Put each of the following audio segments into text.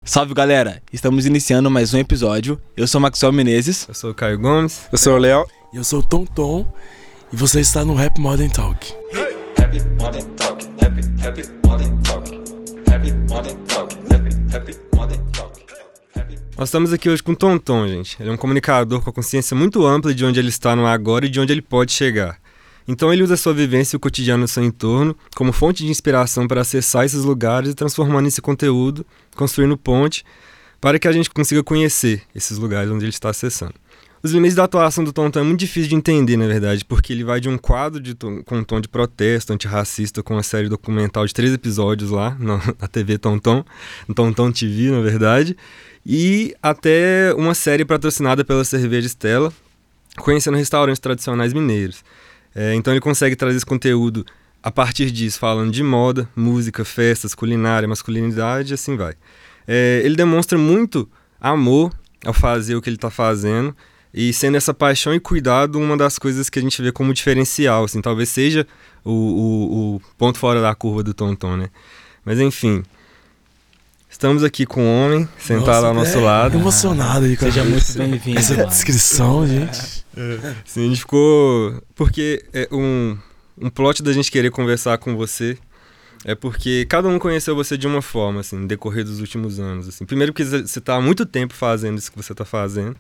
Salve, galera! Estamos iniciando mais um episódio. Eu sou o Maxwell Menezes. Eu sou o Caio Gomes. Eu sou o Léo. E eu sou o Tonton. E você está no Rap Modern Talk. Happy Modern Talk. Happy Modern Talk. Happy Modern Talk. Happy Modern Talk. Nós estamos aqui hoje com o Tonton, gente. Ele é um comunicador com a consciência muito ampla de onde ele está no agora e de onde ele pode chegar. Então ele usa a sua vivência e o cotidiano do seu entorno como fonte de inspiração para acessar esses lugares e transformando esse conteúdo, construindo ponte, para que a gente consiga conhecer esses lugares onde ele está acessando. Os limites da atuação do Tonton é muito difícil de entender, na verdade, porque ele vai de um quadro com um tom de protesto antirracista com uma série documental de 3 episódios lá na TV Tonton, no Tonton TV, na verdade, e até uma série patrocinada pela Cerveja Stella, conhecendo restaurantes tradicionais mineiros. Então ele consegue trazer esse conteúdo a partir disso, falando de moda, música, festas, culinária, masculinidade e assim vai. Ele demonstra muito amor ao fazer o que ele está fazendo e sendo essa paixão e cuidado uma das coisas que a gente vê como diferencial, assim, talvez seja o ponto fora da curva do Tonton, né? Mas enfim, estamos aqui com um homem sentado ao nosso lado. Emocionado aí, cara. Seja muito bem-vindo. Essa descrição, gente. Sim, a gente ficou... Porque um plot da gente querer conversar com você é porque cada um conheceu você de uma forma, assim, no decorrer dos últimos anos. Assim. Primeiro porque você está há muito tempo fazendo isso que você está fazendo.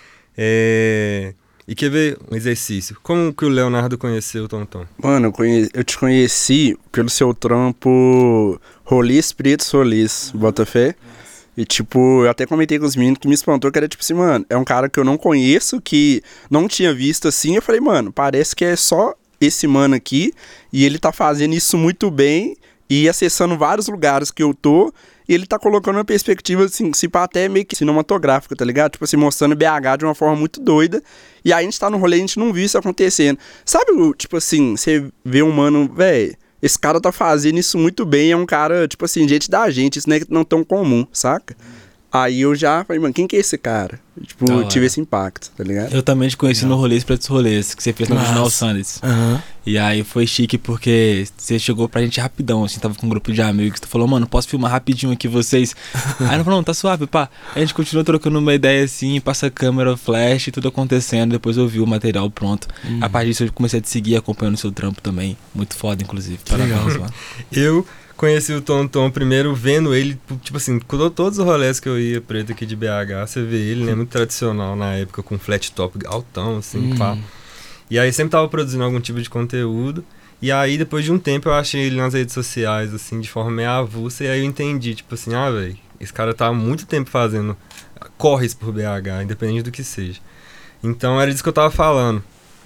E quer ver um exercício? Como que o Leonardo conheceu o Tonton? Mano, eu te conheci pelo seu trampo Rolês Pretos Rolês, bota fé. E tipo, eu até comentei com os meninos que me espantou, que era tipo assim, mano, é um cara que eu não conheço, que não tinha visto assim. Eu falei, mano, parece que é só esse mano aqui e ele tá fazendo isso muito bem e acessando vários lugares que eu tô. E ele tá colocando uma perspectiva, assim, se pá, até meio que cinematográfica, tá ligado? Tipo assim, mostrando BH de uma forma muito doida. E aí a gente tá no rolê e a gente não viu isso acontecendo. Sabe, tipo assim, você vê um mano, velho, esse cara tá fazendo isso muito bem, é um cara, tipo assim, gente da gente, isso não é não tão comum, saca? Aí eu já falei, mano, quem que é esse cara? Tipo, eu tive esse impacto, tá ligado? Eu também te conheci no Rolês Pretos Rolês, que você fez no Original Sundays. E aí foi chique porque você chegou pra gente rapidão, assim, tava com um grupo de amigos, tu falou, mano, posso filmar rapidinho aqui vocês? Aí não falou, não, tá suave, pá. Aí a gente continuou trocando uma ideia assim, passa a câmera, flash, tudo acontecendo, depois eu vi o material pronto. A partir disso eu comecei a te seguir, acompanhando o seu trampo também, muito foda, inclusive. Parabéns, mano. Eu conheci o Tonton primeiro vendo ele, tipo assim, todos os rolês que eu ia preto aqui de BH, você vê ele, né, muito tradicional na época, com flat top altão, assim, pá. E aí sempre tava produzindo algum tipo de conteúdo, e aí depois de um tempo eu achei ele nas redes sociais, assim, de forma meio avulsa, e aí eu entendi, tipo assim, velho, esse cara tá há muito tempo fazendo corres por BH, independente do que seja. Então era disso que eu tava falando.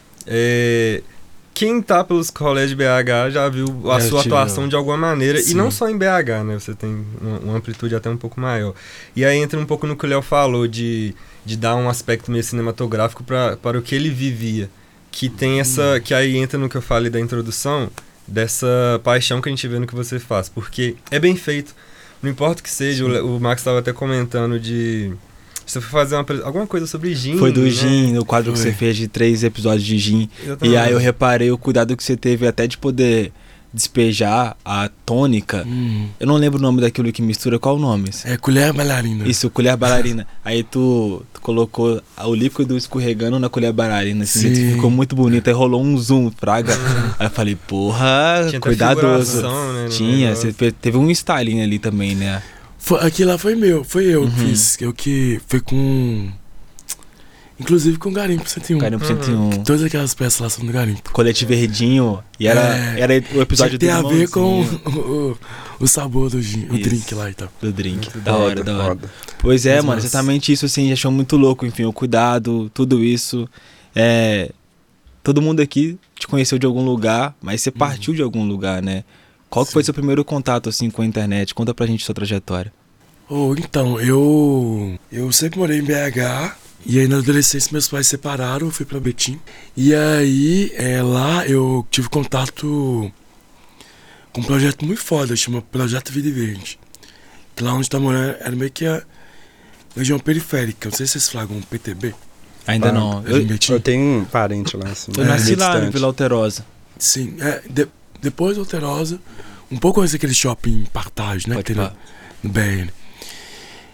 Quem tá pelos rolês de BH já viu a sua atuação de alguma maneira. Sim. E não só em BH, né? Você tem uma amplitude até um pouco maior. E aí entra um pouco no que o Léo falou, de dar um aspecto meio cinematográfico para o que ele vivia. Que tem essa... Que aí entra no que eu falei da introdução, dessa paixão que a gente vê no que você faz. Porque é bem feito. Não importa o que seja, o Max estava até comentando de... Você foi fazer alguma coisa sobre gin. Foi do né? gin, o quadro que você fez de 3 episódios de gin. Exatamente. E aí eu reparei o cuidado que você teve até de poder despejar a tônica. Eu não lembro o nome daquilo que mistura, qual o nome? É colher bailarina. Isso, colher bailarina. Aí tu colocou o líquido escorregando na colher bailarina, assim, ficou muito bonito. Aí rolou um zoom, praga. Aí eu falei, porra, tinha cuidadoso. Né, tinha, você teve um styling ali também, né? Aquilo lá foi meu, foi eu que fiz. Eu que foi com... Inclusive com o Garimpo 101. Garimpo 101. Todas aquelas peças lá são do Garimpo. Colete verdinho. E era o episódio do tem a ver com o sabor do gin, o drink lá e tal. Do drink. Da hora. Pois é, mano, exatamente isso, assim, achou muito louco. Enfim, o cuidado, tudo isso. Todo mundo aqui te conheceu de algum lugar, mas você partiu de algum lugar, né? Qual que foi seu primeiro contato, assim, com a internet? Conta pra gente sua trajetória. Então, eu sempre morei em BH. E aí na adolescência meus pais se separaram, eu fui pra Betim. E aí lá eu tive contato com um projeto muito foda, chama Projeto Vida Verde. Que lá onde tá morando era meio que a região periférica. Não sei se vocês flagam PTB. Ainda não. Eu tenho um parente lá, assim. Eu nasci lá em Vila Alterosa. Sim, depois da Alterosa, um pouco antes daquele shopping Partage, né? Que tem no BR.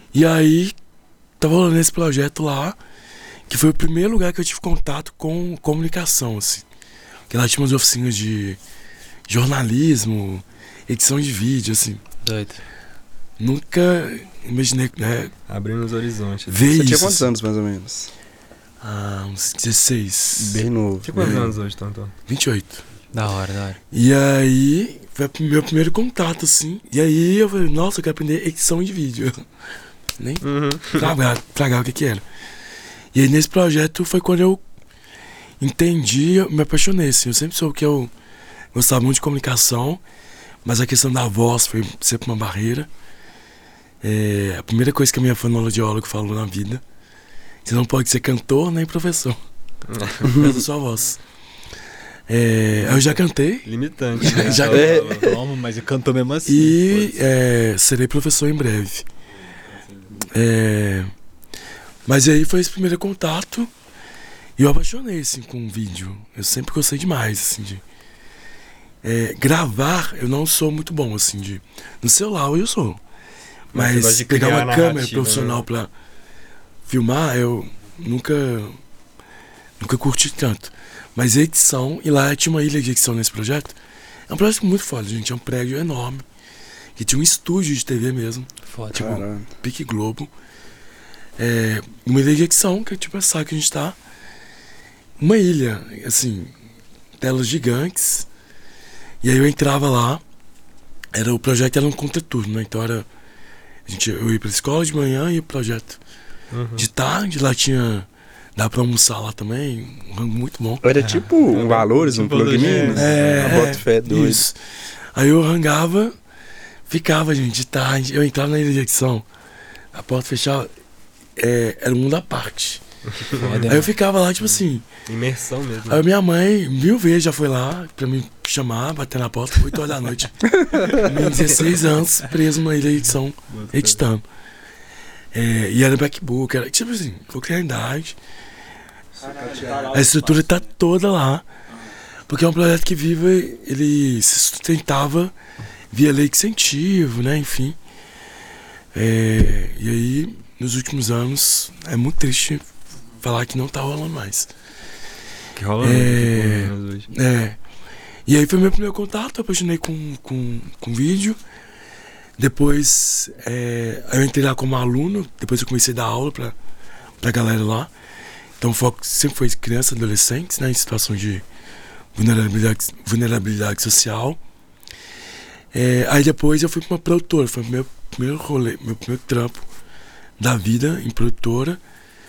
E aí, tava rolando esse projeto lá, que foi o primeiro lugar que eu tive contato com comunicação, assim. Que lá tinha umas oficinas de jornalismo, edição de vídeo, assim. Doido. Nunca imaginei, né, Abrindo os horizontes. ver Você isso. tinha quantos assim. anos, mais ou menos? Uns 16. Bem novo. Tinha quantos anos hoje, Tonton? 28. Da hora. E aí, foi o meu primeiro contato, assim. E aí eu falei, nossa, eu quero aprender edição de vídeo. Nem tragar o que era. E aí nesse projeto foi quando eu entendi, eu me apaixonei, assim. Eu sempre soube que eu gostava muito de comunicação, mas a questão da voz foi sempre uma barreira. A primeira coisa que a minha fonoaudióloga falou na vida: você não pode ser cantor nem professor. Essa é a sua voz. Eu já cantei. Limitante. Já- Como, mas eu cantou mesmo assim. E serei professor em breve. Mas aí foi esse primeiro contato. E eu apaixonei, assim, com o vídeo. Eu sempre gostei demais, assim, de... gravar, eu não sou muito bom, assim, no celular eu sou. Mas você gosta Mas de pegar criar uma a câmera narrativa, profissional, né? pra filmar, eu nunca curti tanto. Mas a edição, e lá tinha uma ilha de edição nesse projeto. É um projeto muito foda, gente. É um prédio enorme. Que tinha um estúdio de TV mesmo. Foda. Tipo, Caralho. Pique Globo. Uma ilha de edição, que é tipo essa que a gente tá. Uma ilha, assim, telas gigantes. E aí eu entrava lá. O projeto era um contraturno, né? Então era. Eu ia pra escola de manhã e o projeto de tarde. Lá tinha. Dá pra almoçar lá também. Um rango muito bom. Era tipo um Valores, um Plug Minas. Uma Bota Fé doido. Isso. Aí eu rangava, ficava, gente, de tarde. Eu entrava na ilha de edição, a porta fechava, era um mundo à parte. Foda, Aí eu ficava lá, tipo assim. Imersão mesmo. Aí minha mãe, 1000 vezes, já foi lá pra me chamar, bater na porta, 8 horas da noite. Com 16 anos, preso numa ilha de edição, editando. E era backbook, era tipo assim, vou criar idade. A estrutura tá toda lá. Porque é um projeto que vive, ele se sustentava via lei de incentivo, né? Enfim. E aí, nos últimos anos, é muito triste falar que não tá rolando mais. Que rola muito hoje. E aí foi meu primeiro contato, eu apaixonei com vídeo. Depois, eu entrei lá como aluno, depois eu comecei a dar aula pra galera lá. Então o foco sempre foi crianças e adolescentes, né, em situação de vulnerabilidade social. Aí depois eu fui pra uma produtora, foi o meu primeiro rolê, meu primeiro trampo da vida em produtora,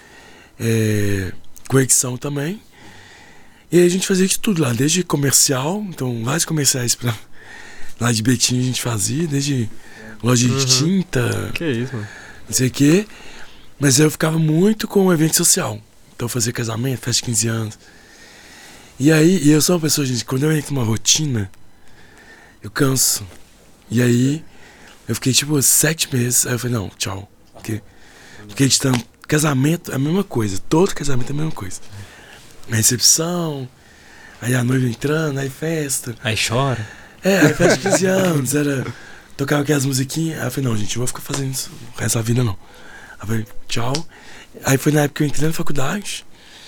com edição também. E aí a gente fazia de tudo lá, desde comercial, então vários comerciais lá de Betim a gente fazia, desde loja de tinta, Que isso, mano. não sei o quê. Mas eu ficava muito com o evento social. Então eu fazia casamento, festa de 15 anos. E aí, eu sou uma pessoa, gente, quando eu entro numa rotina, eu canso. E aí, eu fiquei tipo 7 meses, aí eu falei, não, tchau. Fiquei editando. Casamento é a mesma coisa, todo casamento é a mesma coisa. A recepção, aí a noiva entrando, aí festa. Aí chora. Aí festa de 15 anos, tocava aquelas musiquinhas. Aí eu falei, não, gente, eu vou ficar fazendo isso o resto da vida, não. Aí eu falei, tchau. Aí foi na época que eu entrei na faculdade.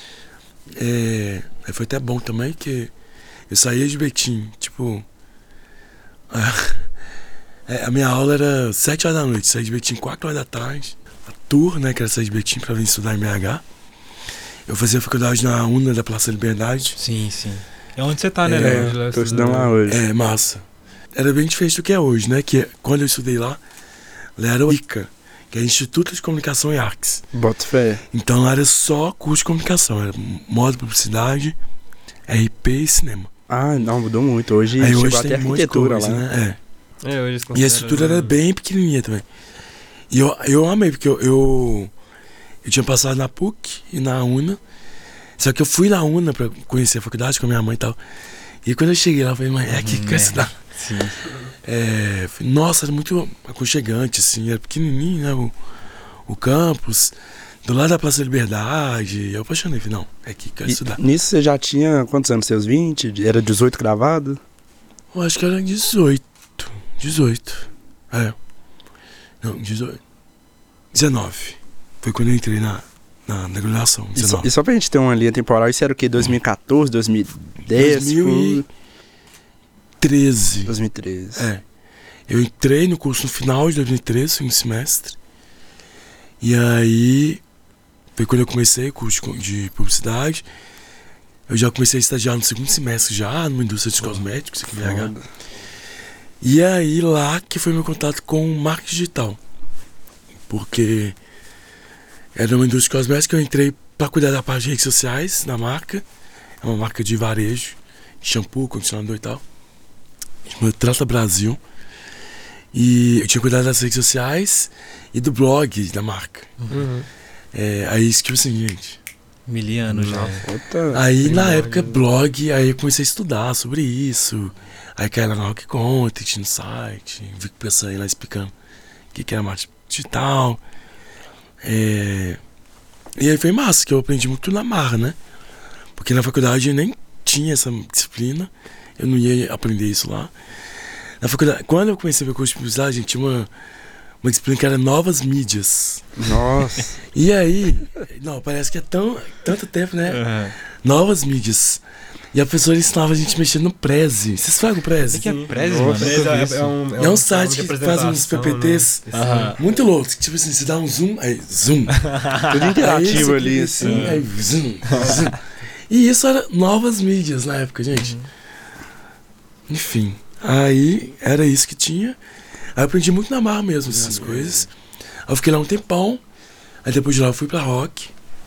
Aí foi até bom também, que eu saía de Betim, tipo... a minha aula era 7 horas da noite, saía de Betim 4 horas da tarde. A tour, né, que era sair de Betim pra vir estudar em BH. Eu fazia faculdade na UNA da Praça da Liberdade. Sim. É onde você tá, né, Léo? Tô estudando lá hoje. Massa. Era bem diferente do que é hoje, né? Que quando eu estudei lá era o ICA, que é Instituto de Comunicação e Artes. Bota Fé. Então lá era só curso de comunicação, era moda, publicidade, RP e cinema. Ah, não, mudou muito. Hoje Aí chegou hoje até tem um monte de arquitetura coisa, lá. né? Hoje eles E a consideram, estrutura era bem pequenininha também. E eu amei, porque eu tinha passado na PUC e na UNA. Só que eu fui na UNA pra conhecer a faculdade com a minha mãe e tal. E quando eu cheguei lá, eu falei, mãe, é aqui que eu quero estudar. Sim. Nossa, era muito aconchegante, assim, era pequenininho, né, o campus, do lado da Praça da Liberdade. Eu apaixonei, falei, não, é aqui que eu quero estudar. Nisso você já tinha quantos anos? Seus 20? Era 18 gravado? Eu acho que era 18. 18. Não, 18. 19. Foi quando eu entrei na graduação. 19. E só pra gente ter uma linha temporal, isso era o quê? 2014, 2010? 2013. 2013. É. Eu entrei no curso no final de 2013, segundo semestre. E aí, foi quando eu comecei o curso de publicidade. Eu já comecei a estagiar no segundo semestre já, numa indústria de cosméticos aqui em BH. E aí, lá que foi meu contato com marketing digital. Porque era uma indústria de cosméticos que eu entrei para cuidar da parte de redes sociais da marca. É uma marca de varejo, shampoo, condicionador e tal. Chama Trata Brasil. E eu tinha cuidado das redes sociais e do blog da marca. Aí, tipo assim, gente. Miliano já. Aí, na época, blog, aí eu comecei a estudar sobre isso. Aí caí lá na Rock Content, no site, vi que o pessoal aí lá explicando o que era marketing digital. E aí foi massa, que eu aprendi muito na marra, né? Porque na faculdade eu nem tinha essa disciplina, eu não ia aprender isso lá. Na faculdade, quando eu comecei a ver curso de publicidade, gente, tinha uma disciplina que era novas mídias. Nossa. E aí, não, parece que é tanto tempo, né? Novas mídias. E a professora ensinava a gente mexer no Prezi. Vocês fazem o Prezi? O que é Prezi, mano? É um site que faz uns PPTs, né? Muito loucos. Tipo assim, você dá um zoom, aí zoom. Tudo interativo ali, assim. Aí zoom, zoom. E isso era novas mídias na época, gente. Enfim, aí era isso que tinha. Aí eu aprendi muito na marra mesmo, essas coisas. Aí eu fiquei lá um tempão. Aí depois de lá eu fui pra Rock.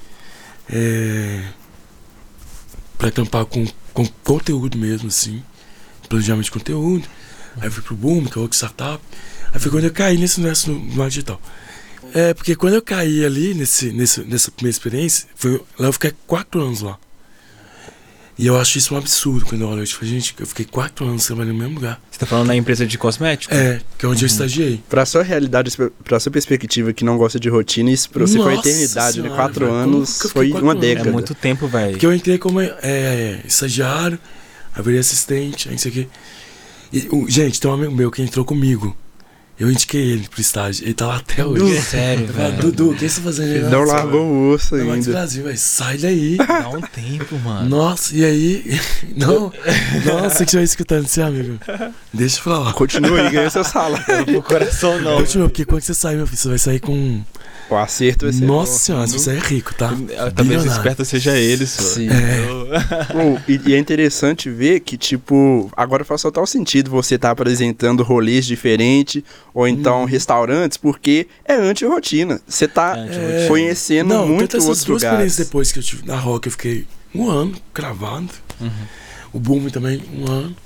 Pra tampar com conteúdo mesmo, assim. Planejamento de conteúdo. Aí eu fui pro Boom, que é outra startup. Aí foi quando eu caí nesse universo no marketing digital. Porque quando eu caí ali, nessa primeira experiência, lá eu fiquei 4 anos lá. E eu acho isso um absurdo quando eu olho. Eu falei, gente, eu fiquei 4 anos trabalhando no mesmo lugar. Você tá falando na empresa de cosméticos? Que é onde eu estagiei. Pra sua realidade, pra sua perspectiva que não gosta de rotina, isso pra você foi eternidade, né? 4 anos foi uma década. É muito tempo, velho. Porque eu entrei como estagiário, aí virei assistente, aí não sei o quê. Gente, tem um amigo meu que entrou comigo. Eu indiquei ele pro estágio. Ele tá lá até hoje. Sério, velho. Dudu, o que você tá fazendo aí? Não largou o osso ainda. Max Brasil, velho. Sai daí. Dá um tempo, mano. Nossa, e aí... Não, nossa, que já ia escutando esse amigo. Deixa eu falar. Continua aí, ganha seu salário. Pro coração não. Continua, porque quando você sair, meu filho, você vai sair com... O acerto vai ser... Nossa senhora, você é rico, tá? Talvez o esperto seja ele, só. Sim. E é interessante ver que, tipo, agora faz total sentido você estar apresentando rolês diferentes, ou então restaurantes, porque é anti-rotina. Você tá conhecendo muito outros lugares. 2 experiências depois que eu tive na Rock, eu fiquei 1 ano cravado. O Boom também, 1 ano.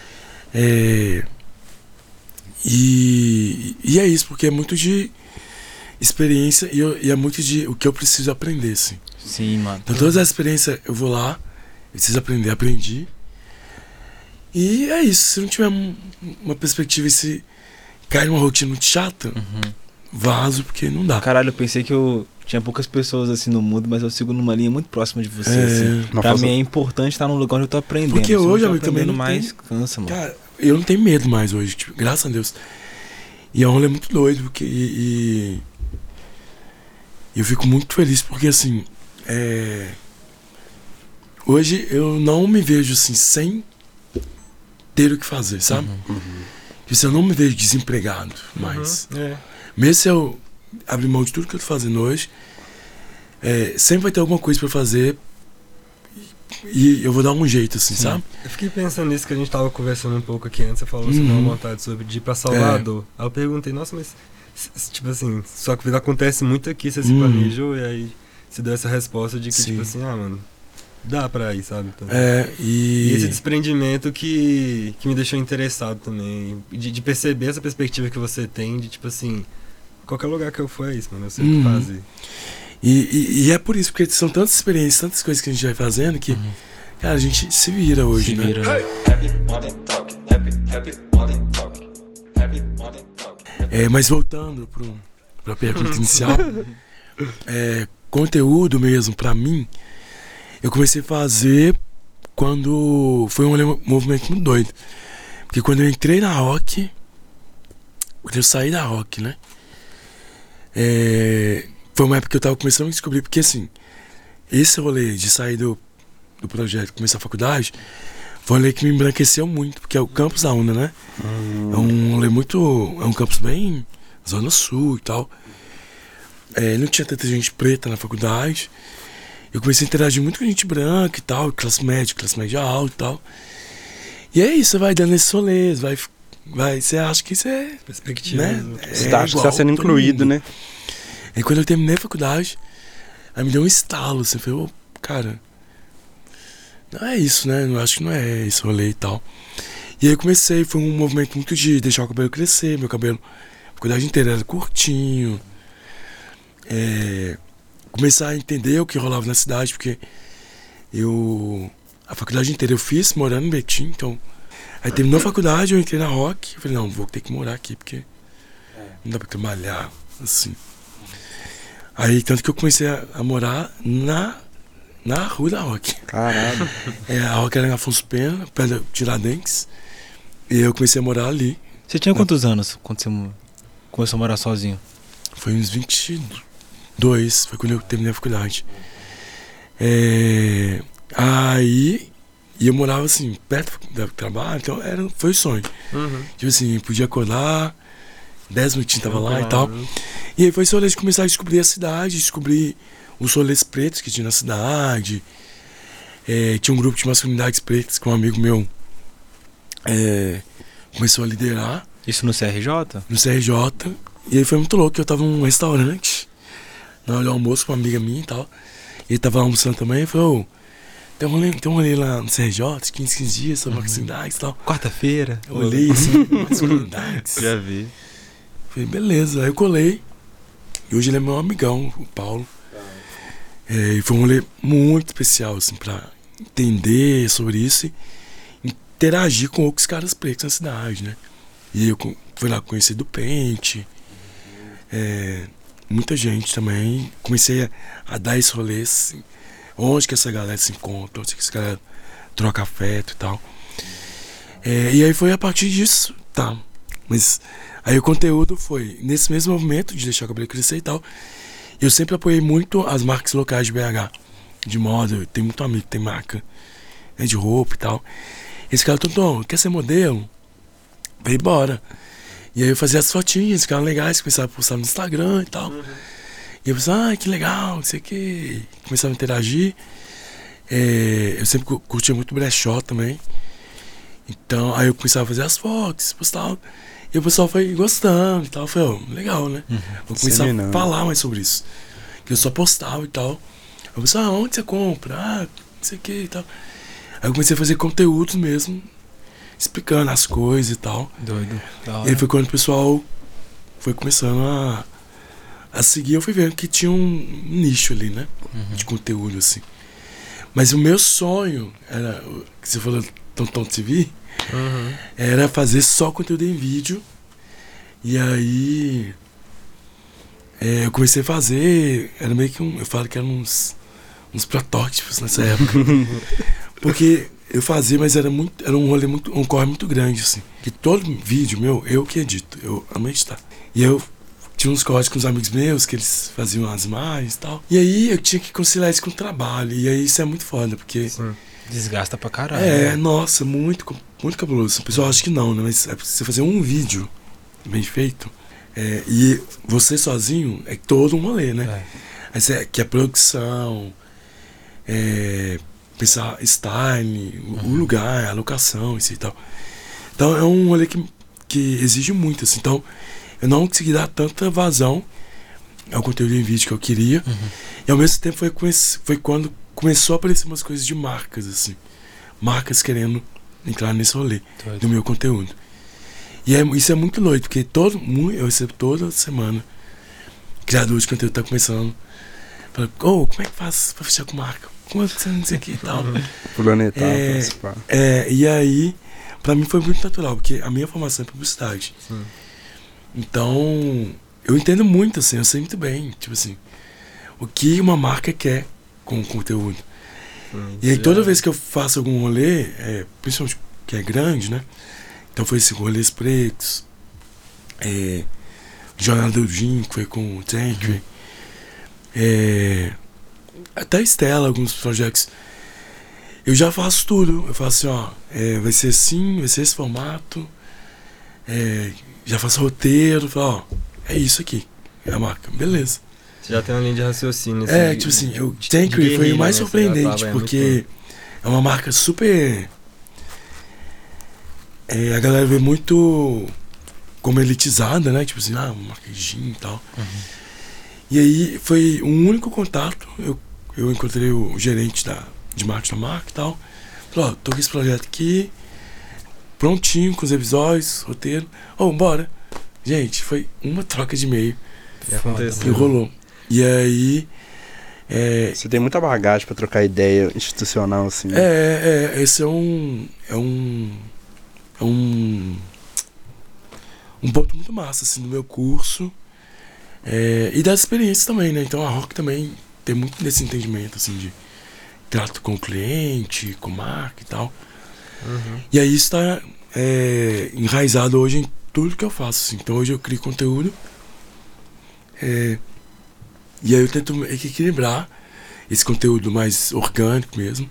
E é isso, porque é muito de experiência e é muito de o que eu preciso aprender, assim. Sim, mano. Então todas as experiências eu vou lá, eu preciso aprender, aprendi. E é isso, se não tiver uma perspectiva e se cair numa rotina muito chata, vazo, porque não dá. Caralho, eu pensei que eu tinha poucas pessoas assim no mundo, mas eu sigo numa linha muito próxima de você, assim. Pra mim é importante estar num lugar onde eu tô aprendendo. Porque hoje, amigo, também não mais cansa, mano. Cara, eu não tenho medo mais hoje, tipo, graças a Deus. E é um rolê muito doido, porque... eu fico muito feliz porque, assim, hoje eu não me vejo, assim, sem ter o que fazer, sabe? Eu não me vejo desempregado mais. Mesmo se eu abrir mão de tudo que eu tô fazendo hoje, sempre vai ter alguma coisa pra fazer e eu vou dar um jeito, assim, sabe? Eu fiquei pensando nisso que a gente tava conversando um pouco aqui antes, você falou sobre uma vontade de ir pra Salvador. Aí eu perguntei, nossa, mas... tipo assim, só que acontece muito aqui, você se planejou e aí você deu essa resposta de que, tipo assim, mano, dá pra ir, sabe? Então, e esse desprendimento que me deixou interessado também, de perceber essa perspectiva que você tem, de tipo assim, qualquer lugar que eu for é isso, mano, eu sei o que fazer. E é por isso, porque são tantas experiências, tantas coisas que a gente vai fazendo que, cara, a gente se vira hoje, né? Mas voltando pra pergunta inicial, conteúdo mesmo, pra mim, eu comecei a fazer quando foi um movimento muito doido. Porque quando eu entrei na Rock, quando eu saí da Rock, né? Foi uma época que eu tava começando a descobrir, porque assim, esse rolê de sair do projeto, começar a faculdade, foi um rolê que me embranqueceu muito, porque é o campus da UNA, né? É um rolê muito... É um campus bem zona sul e tal. Não tinha tanta gente preta na faculdade. Eu comecei a interagir muito com gente branca e tal, classe média alta e tal. E é isso, você vai dando esses rolês, você acha que isso é... Perspectiva. Né? Você acha que está sendo incluído, né? E quando eu terminei a faculdade, aí me deu um estalo, assim, eu falei, cara, não é isso, né? Eu acho que não é esse rolê e tal. E aí eu comecei, foi um movimento muito de deixar o cabelo crescer, meu cabelo, a faculdade inteira era curtinho. Começar a entender o que rolava na cidade, porque a faculdade inteira eu fiz morando em Betim, então... Aí terminou a faculdade, eu entrei na Rock, eu falei, não, vou ter que morar aqui, porque não dá pra trabalhar, assim. Aí, tanto que eu comecei a morar na rua da Rock. Caralho. A Rock era em Afonso Pena, perto de Tiradentes, e eu comecei a morar ali. Você tinha quantos anos quando você começou a morar sozinho? Foi uns 22, foi quando eu terminei a faculdade. Aí... E eu morava assim, perto do trabalho, então foi o sonho. Tipo assim, podia acordar, 10 minutinhos tava lá e tal. E aí foi esse rolê de começar a descobrir a cidade, descobrir os rolês pretos que tinha na cidade. Tinha um grupo de masculinidades pretas que um amigo meu começou a liderar. Isso no CRJ? No CRJ. E aí foi muito louco, eu tava num restaurante, na hora do almoço com uma amiga minha e tal. E ele tava almoçando também e falou... Tem um rolê lá no CRJ, 15 dias, sobre masculinidades e tal. Quarta-feira. Eu olhei assim, masculinidades. Já vi. Falei, beleza. Aí eu colei. E hoje ele é meu amigão, o Paulo. E foi um rolê muito especial, assim, pra entender sobre isso e interagir com outros caras pretos na cidade, né? E eu fui lá conhecer do Pente. Muita gente também. Comecei a dar esse rolê, assim. Onde que essa galera se encontra, onde que essa galera troca afeto e tal. E aí foi a partir disso, tá. Mas aí o conteúdo foi nesse mesmo movimento de deixar o cabelo crescer e tal. Eu sempre apoiei muito as marcas locais de BH, de moda. Eu tenho muito amigo que tem marca, né, de roupa e tal. Esse cara, Tonton, quer ser modelo? Falei, bora. E aí eu fazia as fotinhas, ficavam legais, começava a postar no Instagram e tal. E eu pensava, que legal, não sei o que. Começava a interagir. Eu sempre curtia muito brechó também. Então, aí eu começava a fazer as fotos, postava. E o pessoal foi gostando e tal. Eu falei, legal, né? Vou começar a falar mais sobre isso. Que eu só postava e tal. Eu pensei, onde você compra? Não sei o que e tal. Aí eu comecei a fazer conteúdos mesmo, explicando as coisas e tal. Doido. E aí foi quando o pessoal foi começando a seguir, eu fui vendo que tinha um nicho ali, né? De conteúdo, assim. Mas o meu sonho era, que você falou, Tonton TV, era fazer só conteúdo em vídeo. E aí eu comecei a fazer, era meio que eu falo que eram uns protótipos nessa época. Porque eu fazia, mas era um rolê um corre muito grande, assim. Que todo vídeo meu, eu que edito, eu amo editar. E eu tinha uns cortes com os amigos meus, que eles faziam as imagens e tal. E aí eu tinha que conciliar isso com o trabalho. E aí isso é muito foda, porque... Desgasta pra caralho. Nossa, muito cabuloso. O pessoal acha que não, né? Mas você fazer um vídeo bem feito, e você sozinho, é todo um rolê, né? Aí que é produção, pensar style, o lugar, a locação, isso e tal. Então é um rolê que exige muito, assim. Então eu não consegui dar tanta vazão ao conteúdo em vídeo que eu queria. E ao mesmo tempo foi quando começou a aparecer umas coisas de marcas, assim. Marcas querendo entrar nesse rolê do meu conteúdo. E isso é muito doido, porque eu recebo toda semana criador de conteúdo tá começando. Fala, como é que faz pra fechar com marca? Como é que você não sei o que e tal? Planetar, participar. E aí, pra mim foi muito natural, porque a minha formação é publicidade. Então, eu entendo muito, assim, eu sei muito bem, tipo assim, o que uma marca quer com o conteúdo. E aí toda vez que eu faço algum rolê, principalmente que é grande, né? Então foi esse rolês pretos, Jornada do Jim, que foi com o Tank. Até a Estela, alguns projetos. Eu já faço tudo. Eu faço assim, vai ser assim, vai ser esse formato. Já faço roteiro. Falo, é isso aqui. É a marca. Beleza. Você já tem uma linha de raciocínio. Assim, tipo assim, o Tank foi o mais surpreendente, porque é uma marca super... a galera vê muito como elitizada, né? Tipo assim, uma marca de gin e tal. E aí foi um único contato. Eu encontrei o gerente de marketing da marca e tal. Falei, tô com esse projeto aqui, prontinho, com os episódios, roteiro. Bora. Gente, foi uma troca de e-mail. E aconteceu. E rolou. E aí... Você tem muita bagagem pra trocar ideia institucional, assim. Esse é um ponto muito massa, assim, no meu curso. E das experiências também, né? Então a Rock também tem muito desse entendimento, assim, de trato com o cliente, com marca e tal. E aí isso tá enraizado hoje em tudo que eu faço, assim. Então hoje eu crio conteúdo. E aí eu tento equilibrar esse conteúdo mais orgânico mesmo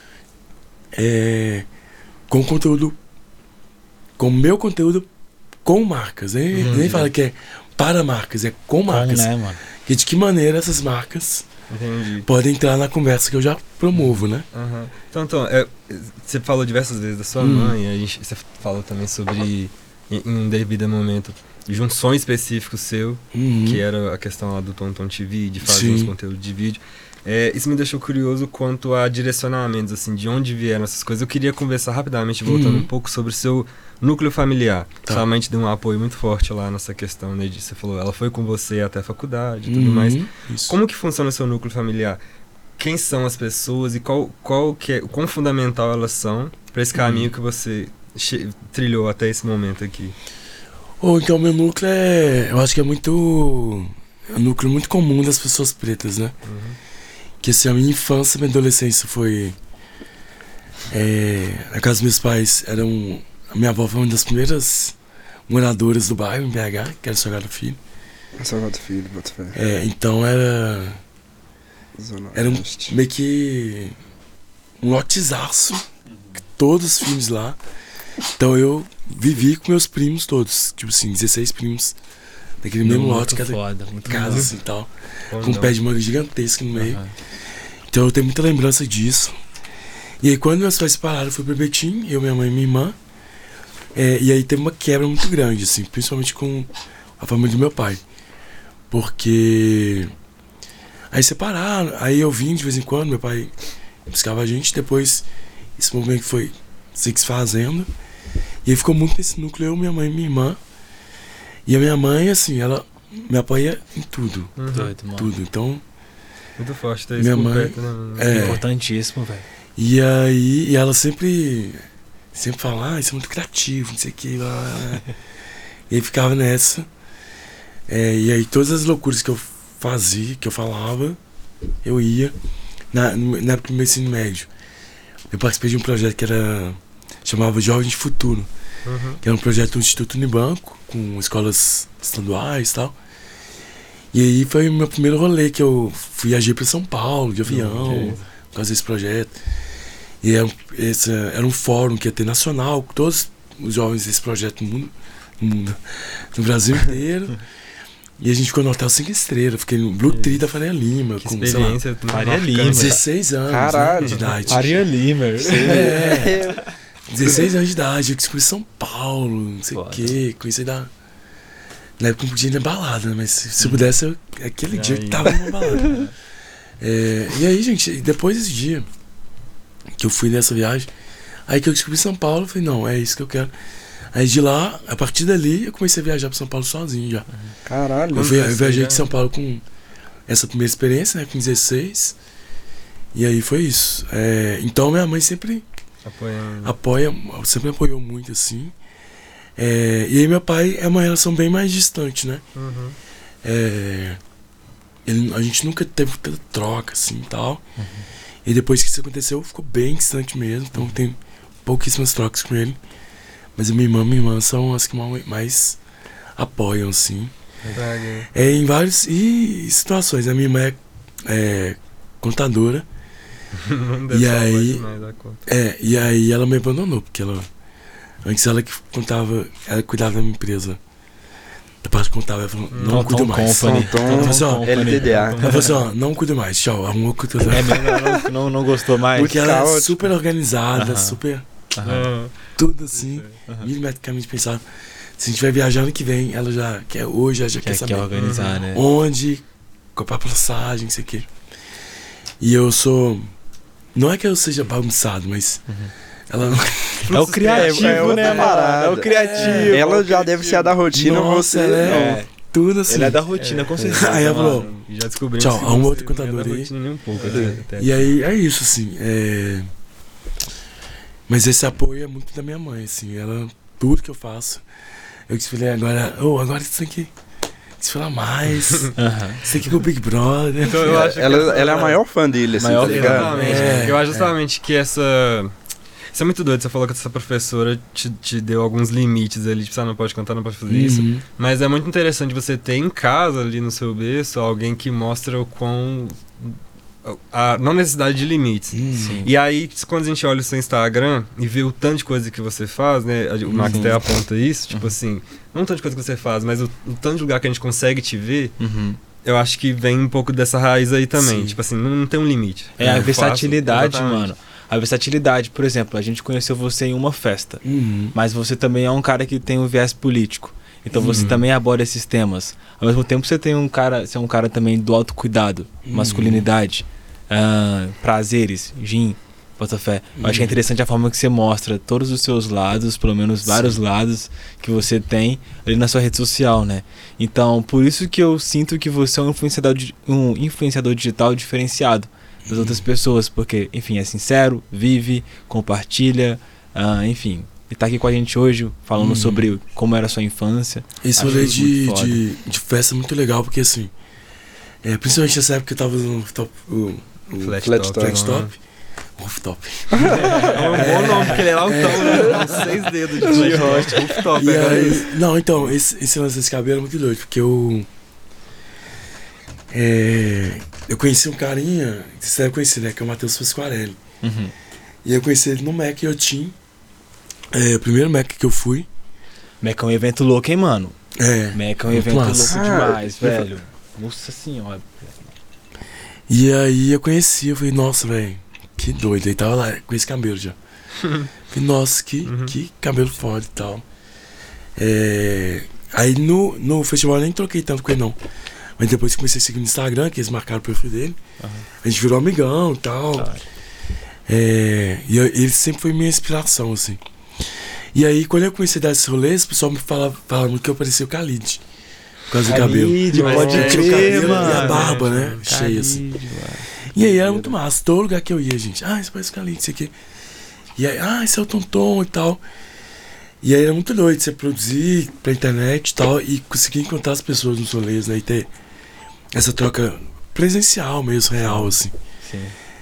com conteúdo, com meu conteúdo com marcas. Nem fala que é para marcas, é com marcas. Né, mano? E de que maneira essas marcas podem entrar na conversa que eu já promovo, né? Então, você falou diversas vezes da sua mãe, você falou também sobre, em um devido momento, de um sonho específico seu, que era a questão lá do Tonton TV, de fazer uns conteúdos de vídeo. Isso me deixou curioso quanto a direcionamentos, assim, de onde vieram essas coisas. Eu queria conversar rapidamente, voltando um pouco sobre o seu núcleo familiar. Tá. Sua mãe te deu um apoio muito forte lá nessa questão, né? Você falou, ela foi com você até a faculdade e tudo mais. Isso. Como que funciona o seu núcleo familiar? Quem são as pessoas e quão fundamental elas são para esse caminho que você trilhou até esse momento aqui? Então, meu núcleo eu acho que é um núcleo muito comum das pessoas pretas, né? Que assim, a minha infância, minha adolescência foi... na casa dos meus pais, a minha avó foi uma das primeiras moradoras do bairro, em BH, que era Salgado Filho. Salgado Filho, bota fé. Então era meio que um lotezaço, todos os filhos lá. Então eu vivi com meus primos todos, tipo assim, 16 primos, daquele mesmo lote, cada casa assim, tal, com um pé de manga gigantesco no meio. Então eu tenho muita lembrança disso. E aí quando meus pais se separaram, eu fui pra Betim, eu, minha mãe e minha irmã. E aí teve uma quebra muito grande, assim, principalmente com a família do meu pai. Porque aí separaram, aí eu vim de vez em quando, meu pai buscava a gente, depois esse movimento foi se desfazendo. E aí ficou muito nesse núcleo, eu, minha mãe e minha irmã. E a minha mãe, assim, ela me apoia em tudo. Doido, mano. Tudo, então... Muito forte ter isso Minha por mãe, perto, né? Importantíssimo, velho. E aí, ela sempre fala, isso é muito criativo, não sei o que. E aí ficava nessa. E aí todas as loucuras que eu fazia, que eu falava, eu ia. Na época do meu ensino médio, eu participei de um projeto que chamava Jovens de Futuro. Que era um projeto do Instituto Unibanco, com escolas estaduais e tal. E aí foi o meu primeiro rolê, que eu viajei para São Paulo, de avião, por causa desse projeto. E era um fórum que ia ter nacional, com todos os jovens desse projeto no Brasil inteiro. E a gente ficou no Hotel 5 Estrelas, fiquei no Blue Tree da Faria Lima. Que com, experiência. Faria Lima. 16 anos, Caralho. né, de idade. Faria Lima. 16 anos de idade, eu descobri São Paulo, não sei o quê, conheci na época não podia ir na balada, né? Mas se pudesse, aquele dia que tava numa balada. E aí, gente, depois desse dia que eu fui nessa viagem, aí que eu descobri São Paulo, eu falei, não, é isso que eu quero. Aí de lá, a partir dali, eu comecei a viajar pra São Paulo sozinho já. Caralho. Eu viajei de São Paulo com essa primeira experiência, né, com 16. E aí foi isso. Então minha mãe sempre sempre me apoiou muito, assim. E aí meu pai é uma relação bem mais distante, né? A gente nunca teve tanta troca, assim, e tal. E depois que isso aconteceu, ficou bem distante mesmo. Então tem pouquíssimas trocas com ele. Mas a minha irmã são as que mais apoiam, assim. Em várias situações. A minha irmã é contadora. Não deve E falar aí- demais da conta. E aí ela me abandonou, porque antes ela que ela cuidava da minha empresa. Da parte contábil, ela falou, não cuido mais. Company. Tonton, Tonton LTDA. Ela falou assim, ó, não cuido mais, tchau, arrumou contadora. É mesmo, não gostou mais? Porque ela é caótico. super organizada, Aham. super Aham. tudo assim, milimetricamente pensado. Se a gente vai viajar ano que vem, ela já quer hoje, ela já quer Quer saber organizar, né? onde, comprar passagem, não sei o quê. E eu sou. Não é que eu seja bagunçado, mas ela não. É o criativo, É outra né, mano? parada. É o criativo. Ela já deve ser a da rotina, Nossa, você ela não. É. Tudo assim. Ele é da rotina, com certeza. Aí ela falou, mano. E já descobrimos Tchau, que arruma você outro não é contador da aí. rotina nem um pouco. E aí é isso, assim. Mas esse apoio é muito da minha mãe, assim. Ela, tudo que eu faço, eu te falei agora, agora você tem que se falar mais. Aham. Você tem que ir pro Big Brother. Então eu acho que Ela é a maior fã dele, assim, Maior tá fã. ligado? Exatamente. É, Eu acho justamente que isso é muito doido. Você falou que essa professora te deu alguns limites ali, tipo, não pode cantar, não pode fazer isso. Uhum. Mas é muito interessante você ter em casa, ali no seu berço, alguém que mostra o quão. A não necessidade de limites. Sim. E aí, quando a gente olha o seu Instagram e vê o tanto de coisa que você faz, né? O Max até aponta isso, tipo assim, não o tanto de coisa que você faz, mas o tanto de lugar que a gente consegue te ver, Uhum. eu acho que vem um pouco dessa raiz aí também. Sim. Tipo assim, não tem um limite. É a Eu versatilidade, faço, exatamente. mano. A versatilidade, por exemplo, a gente conheceu você em uma festa, Uhum. mas você também é um cara que tem um viés político. Então você também aborda esses temas. Ao mesmo tempo você é um cara também do autocuidado, masculinidade, prazeres, gin, botafé. Eu acho que é interessante a forma que você mostra todos os seus lados, pelo menos vários lados que você tem ali na sua rede social, né? Então, por isso que eu sinto que você é um influenciador digital diferenciado das outras pessoas, porque, enfim, é sincero, vive, compartilha, enfim. E tá aqui com a gente hoje falando sobre como era a sua infância. Esse Acho rolê muito foda. de festa é muito legal, porque assim, principalmente nessa época que eu tava no Flat Flat top. top. Rooftop. Rooftop. É um bom nome, porque ele é altão, né? Com 6 dedos de rosto. Rooftop, E é aí, não, então, esse lance desse cabelo é muito doido, porque eu conheci um carinha, você deve conhecer, né, que é o Matheus Fosquarelli. Uhum. E eu conheci ele no Mac Yotin, o primeiro Mac que eu fui. Meca é um evento louco, hein, mano? Meca é um Muito evento massa. louco demais, velho. Nossa senhora. E aí eu conheci, eu falei, nossa, velho, que doido. Aí tava lá com esse cabelo já. Falei, nossa, que cabelo foda e tal. Aí no festival eu nem troquei tanto com ele, não. Mas depois que comecei a seguir no Instagram, que eles marcaram o perfil dele, a gente virou amigão e tal. Ele sempre foi minha inspiração, assim. E aí, quando eu comecei a dar esses rolês, o pessoal me falava muito que eu parecia o Khalid. Por causa do cabelo. Pode Tinha o crer, cabelo mano. e a barba, né? Cheia, assim. Khalid, mano. E aí era muito massa. Todo lugar que eu ia, gente. Esse parece o Khalid, isso aqui. E aí, esse é o Tonton e tal. E aí era muito doido você produzir pra internet e tal. E conseguir encontrar as pessoas nos rolês, né? E ter essa troca presencial mesmo, real, assim. Sim.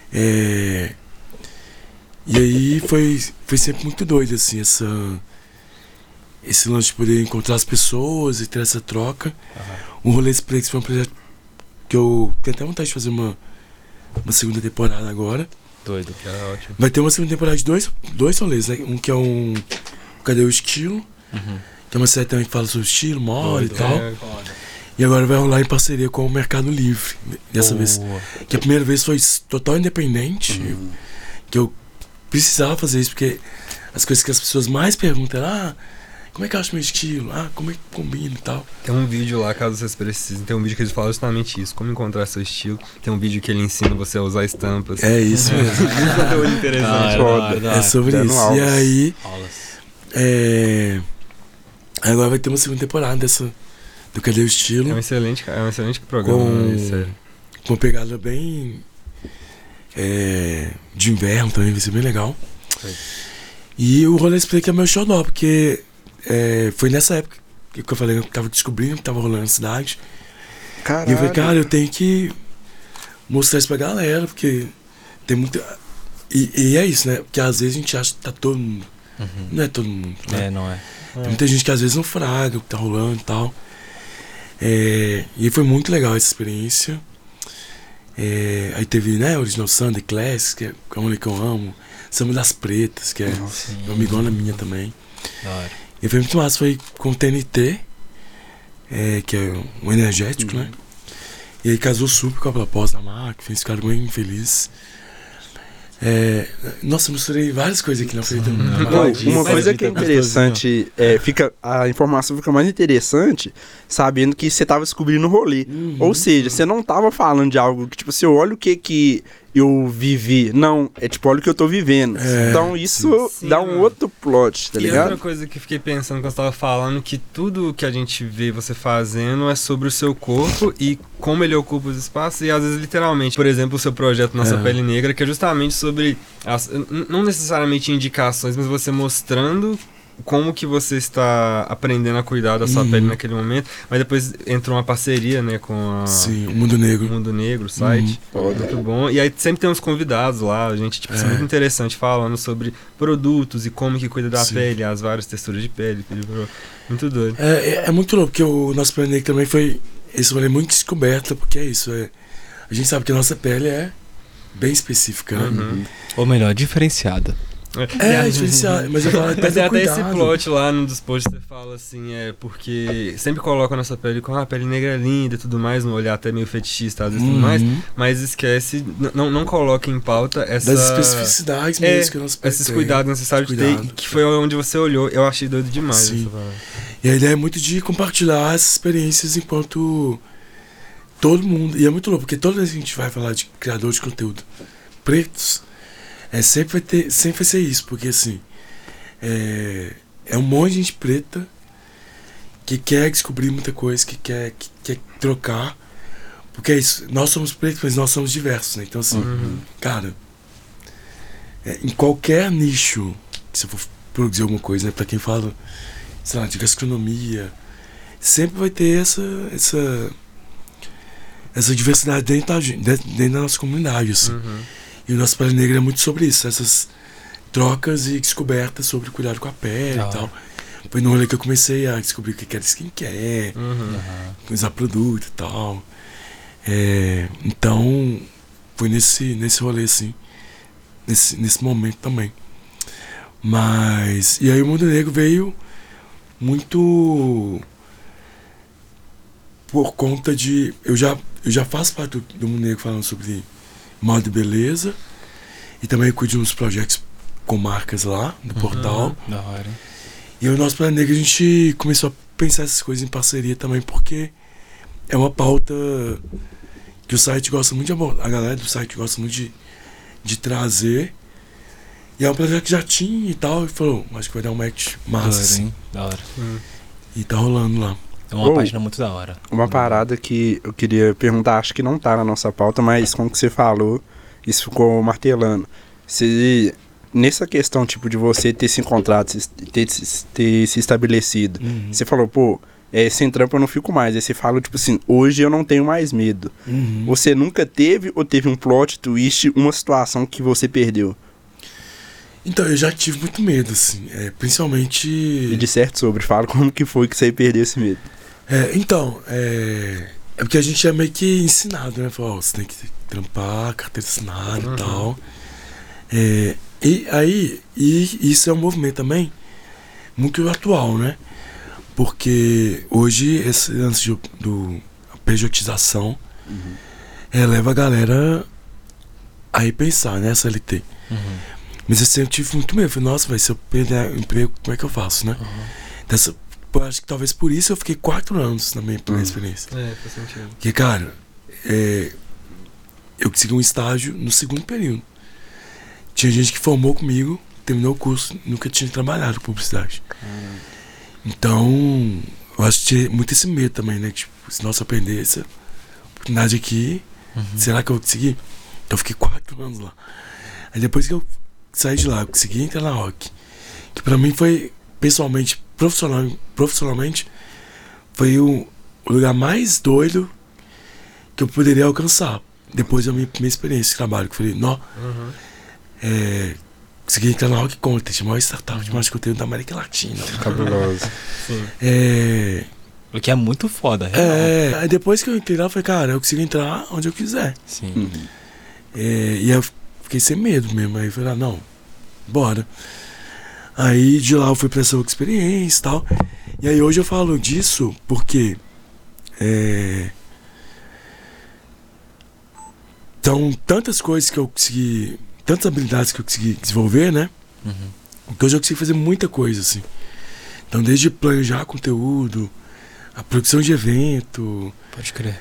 E aí foi sempre muito doido, assim, esse lance de poder encontrar as pessoas e ter essa troca. O Rolê Splex foi um projeto que eu tenho até vontade de fazer uma segunda temporada agora. Doido. É ótimo. Vai ter uma segunda temporada de dois rolês, né? Um que é Cadê o Estilo? Que é uma série também que fala sobre estilo, moda e tal. E agora vai rolar em parceria com o Mercado Livre. Dessa vez. Que a primeira vez foi total independente. Que eu precisava fazer isso, porque as coisas que as pessoas mais perguntam é como é que eu acho meu estilo? Como é que combina e tal. Tem um vídeo lá, caso vocês precisem, tem um vídeo que eles falam justamente isso, como encontrar seu estilo. Tem um vídeo que ele ensina você a usar estampas. É isso mesmo. Muito conteúdo interessante. É sobre Dando isso. aulas. E aí, Aulas. agora vai ter uma segunda temporada do Cadê o Estilo? É um excelente programa, né? Sério. Com uma pegada bem de inverno também, vai ser bem legal. E o Rolê Spray que é meu xodó, porque foi nessa época que eu falei que eu tava descobrindo que tava rolando na cidade. Caralho. E eu falei, cara, eu tenho que mostrar isso pra galera, porque tem muita. E é isso, né? Porque às vezes a gente acha que tá todo mundo. Não é todo mundo, né? Não é. Tem muita gente que às vezes não fraga o que tá rolando e tal. E foi muito legal essa experiência. Aí teve, né, Original Sunday Classics, que é uma música que eu amo. Samba das Pretas, que é uma amigona minha também. Da hora. E foi muito massa, foi com o TNT, que é um energético, né? E aí casou super com a proposta da marca, fez ficar bem feliz. Nossa, eu misturei várias coisas aqui na frente. Uma coisa que é interessante, a informação fica mais interessante sabendo que você tava descobrindo o rolê. Ou seja, você não tava falando de algo que, tipo assim, olha o que eu vivi. Não, é tipo, olha o que eu tô vivendo. Então isso dá um outro plot, tá ligado? E outra coisa que eu fiquei pensando quando você tava falando, que tudo que a gente vê você fazendo é sobre o seu corpo e como ele ocupa os espaços, e às vezes literalmente, por exemplo, o seu projeto Nossa Pele Negra, que é justamente sobre, não necessariamente indicações, mas você mostrando como que você está aprendendo a cuidar da sua pele naquele momento, mas depois entrou uma parceria, né, com o Mundo Negro. O Mundo Negro, o site. Muito bom. E aí sempre tem uns convidados lá, a gente, tipo, isso é muito interessante, falando sobre produtos e como que cuida da pele, as várias texturas de pele. Muito doido. É muito louco, porque o nosso Pele Negra também foi esse rolê muito descoberta, porque é isso, a gente sabe que a nossa pele é bem específica, né? Ou melhor, diferenciada. Diferenciado, mas eu falo até mas do até cuidado. esse plot lá num dos posts você fala assim, porque sempre coloca a nossa pele com a pele negra é linda e tudo mais, no olhar até meio fetichista às vezes tudo mais, mas esquece, não coloca em pauta das especificidades mesmo que a nossa pele esses cuidados necessários de ter, que foi onde você olhou, eu achei doido demais. Sim. E a ideia é muito de compartilhar essas experiências enquanto todo mundo, e é muito louco, porque toda vez que a gente vai falar de criador de conteúdo pretos, sempre vai ser isso, porque assim, é um monte de gente preta que quer descobrir muita coisa, que quer trocar, porque é isso, nós somos pretos, mas nós somos diversos, né? Então assim, cara, em qualquer nicho, se eu for produzir alguma coisa, né, pra quem fala, sei lá, de gastronomia, sempre vai ter essa diversidade dentro da nossa comunidade, assim. E o nosso Pele Negra é muito sobre isso, essas trocas e descobertas sobre cuidado com a pele e tal. Foi no rolê que eu comecei a descobrir o que era skincare, usar produto e tal. Então, foi nesse rolê, assim, nesse momento também. Mas, e aí o Mundo Negro veio muito por conta de... Eu já faço parte do Mundo Negro falando sobre moda e beleza, e também cuido de uns projetos com marcas lá no portal. Da hora. E o nosso Pele Negra a gente começou a pensar essas coisas em parceria também, porque é uma pauta que o site gosta muito de abordar, a galera do site gosta muito de trazer. E é um projeto que já tinha e tal, e falou, acho que vai dar um match massa, assim. Da hora. E tá rolando lá. É uma página muito da hora. Uma parada que eu queria perguntar, acho que não tá na nossa pauta, mas como que você falou, isso ficou martelando. Nessa questão, tipo, de você ter se encontrado, ter se estabelecido, você falou, pô, sem trampo eu não fico mais. Aí você fala, tipo assim, hoje eu não tenho mais medo. Você nunca teve ou teve um plot twist, uma situação que você perdeu? Então, eu já tive muito medo, assim, principalmente... E de certo sobre, fala como que foi que você perdeu esse medo. Então, é porque a gente é meio que ensinado, né? Falar, você tem que trampar, carteira assinada e tal. E isso é um movimento também muito atual, né? Porque hoje esse lance a pejotização leva a galera a repensar, né? Essa LT. Mas eu sempre tive muito medo. Falei, nossa, se eu perder o emprego, como é que eu faço, né? Eu acho que talvez por isso eu fiquei 4 anos na minha primeira experiência. Faz sentido. Porque, cara, eu consegui um estágio no segundo período. Tinha gente que formou comigo, terminou o curso, nunca tinha trabalhado com publicidade. Então, eu acho que tinha muito esse medo também, né? Tipo, se nossa, eu perder essa oportunidade aqui, será que eu vou conseguir? Então eu fiquei 4 anos lá. Aí depois que eu saí de lá, eu consegui entrar na Rock. Que pra mim foi, pessoalmente, profissionalmente, foi o lugar mais doido que eu poderia alcançar. Depois da minha experiência de trabalho, que eu falei, consegui entrar na Rock Content, a maior startup de marketing de conteúdo da América Latina. Cabuloso. O que é muito foda, real. Aí depois que eu entrei lá, eu falei, cara, eu consigo entrar onde eu quiser. Sim. E aí eu fiquei sem medo mesmo. Aí eu falei, não, bora. Aí de lá eu fui pra essa outra experiência e tal. E aí hoje eu falo disso porque são tantas coisas que eu consegui, tantas habilidades que eu consegui desenvolver, né? Que hoje eu consigo fazer muita coisa, assim. Então desde planejar conteúdo, a produção de evento, Pode crer.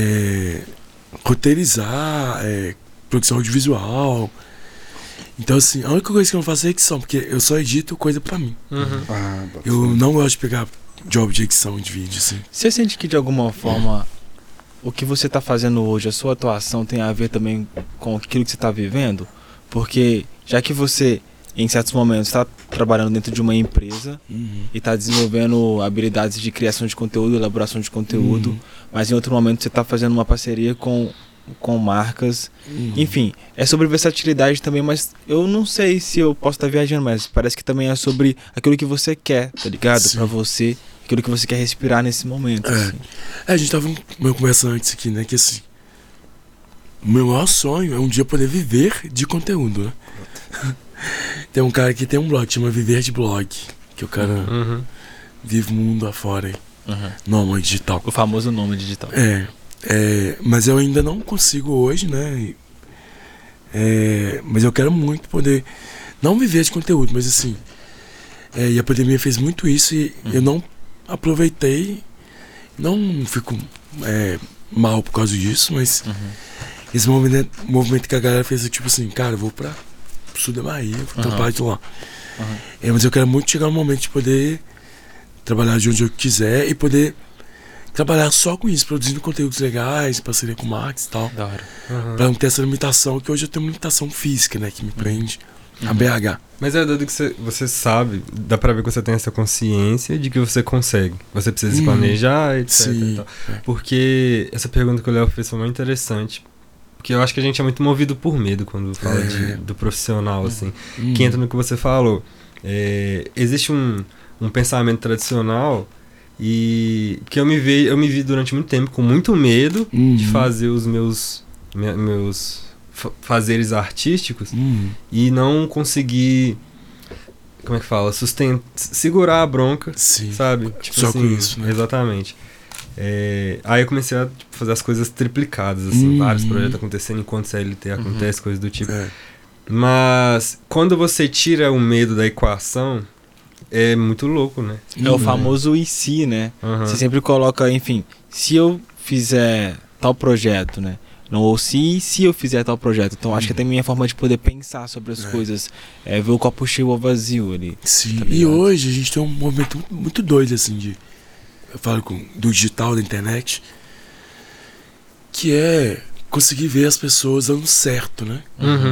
roteirizar, produção audiovisual. Então, assim, a única coisa que eu não faço é edição, porque eu só edito coisa pra mim. Eu não gosto de pegar job de edição de vídeo, assim. Você sente que de alguma forma o que você tá fazendo hoje, a sua atuação tem a ver também com aquilo que você tá vivendo? Porque já que você, em certos momentos, está trabalhando dentro de uma empresa e está desenvolvendo habilidades de criação de conteúdo, elaboração de conteúdo, mas em outro momento você está fazendo uma parceria com marcas. Enfim, é sobre versatilidade também, mas eu não sei se eu posso estar viajando, mas parece que também é sobre aquilo que você quer, tá ligado? Sim. Pra você, aquilo que você quer respirar nesse momento. Assim. A gente tava uma conversa antes aqui, né? Que assim, o meu maior sonho é um dia poder viver de conteúdo, né? Tem um cara que tem um blog que chama Viver de Blog, que o cara vive o mundo afora aí. Nômade digital. O famoso nome digital. Mas eu ainda não consigo hoje, né? Mas eu quero muito poder, não viver de conteúdo, mas assim, e a pandemia fez muito isso e eu não aproveitei, não fico mal por causa disso, mas esse movimento que a galera fez, tipo assim, cara, eu vou pra sul da Bahia, vou trampar de lá. Mas eu quero muito chegar no momento de poder trabalhar de onde eu quiser e poder trabalhar só com isso, produzindo conteúdos legais, parceria com marcas e tal. Da hora. Pra não ter essa limitação, que hoje eu tenho uma limitação física, né, que me prende a BH. Mas é doido que você sabe, dá pra ver que você tem essa consciência de que você consegue. Você precisa se planejar, etc. Sim. E tal. Porque essa pergunta que o Léo fez foi muito interessante. Porque eu acho que a gente é muito movido por medo quando fala do profissional, assim. Que entra no que você falou. Existe um pensamento tradicional e que eu me vi durante muito tempo com muito medo de fazer os meus fazeres artísticos e não conseguir, como é que fala, segurar a bronca, Sim. sabe? Tipo Só assim, com isso, né? Exatamente. Aí eu comecei a fazer as coisas triplicadas, assim, vários projetos acontecendo enquanto CLT acontece, coisas do tipo. Mas quando você tira o medo da equação, é muito louco, né? É o famoso e se, né? Você sempre coloca, enfim, se eu fizer tal projeto, né? Não, ou se eu fizer tal projeto. Então acho que até a minha forma de poder pensar sobre as coisas é ver o copo cheio ou vazio ali. Sim, tá e ligado? hoje a gente tem um movimento muito doido, assim, eu falo do digital, da internet, que é conseguir ver as pessoas dando certo, né?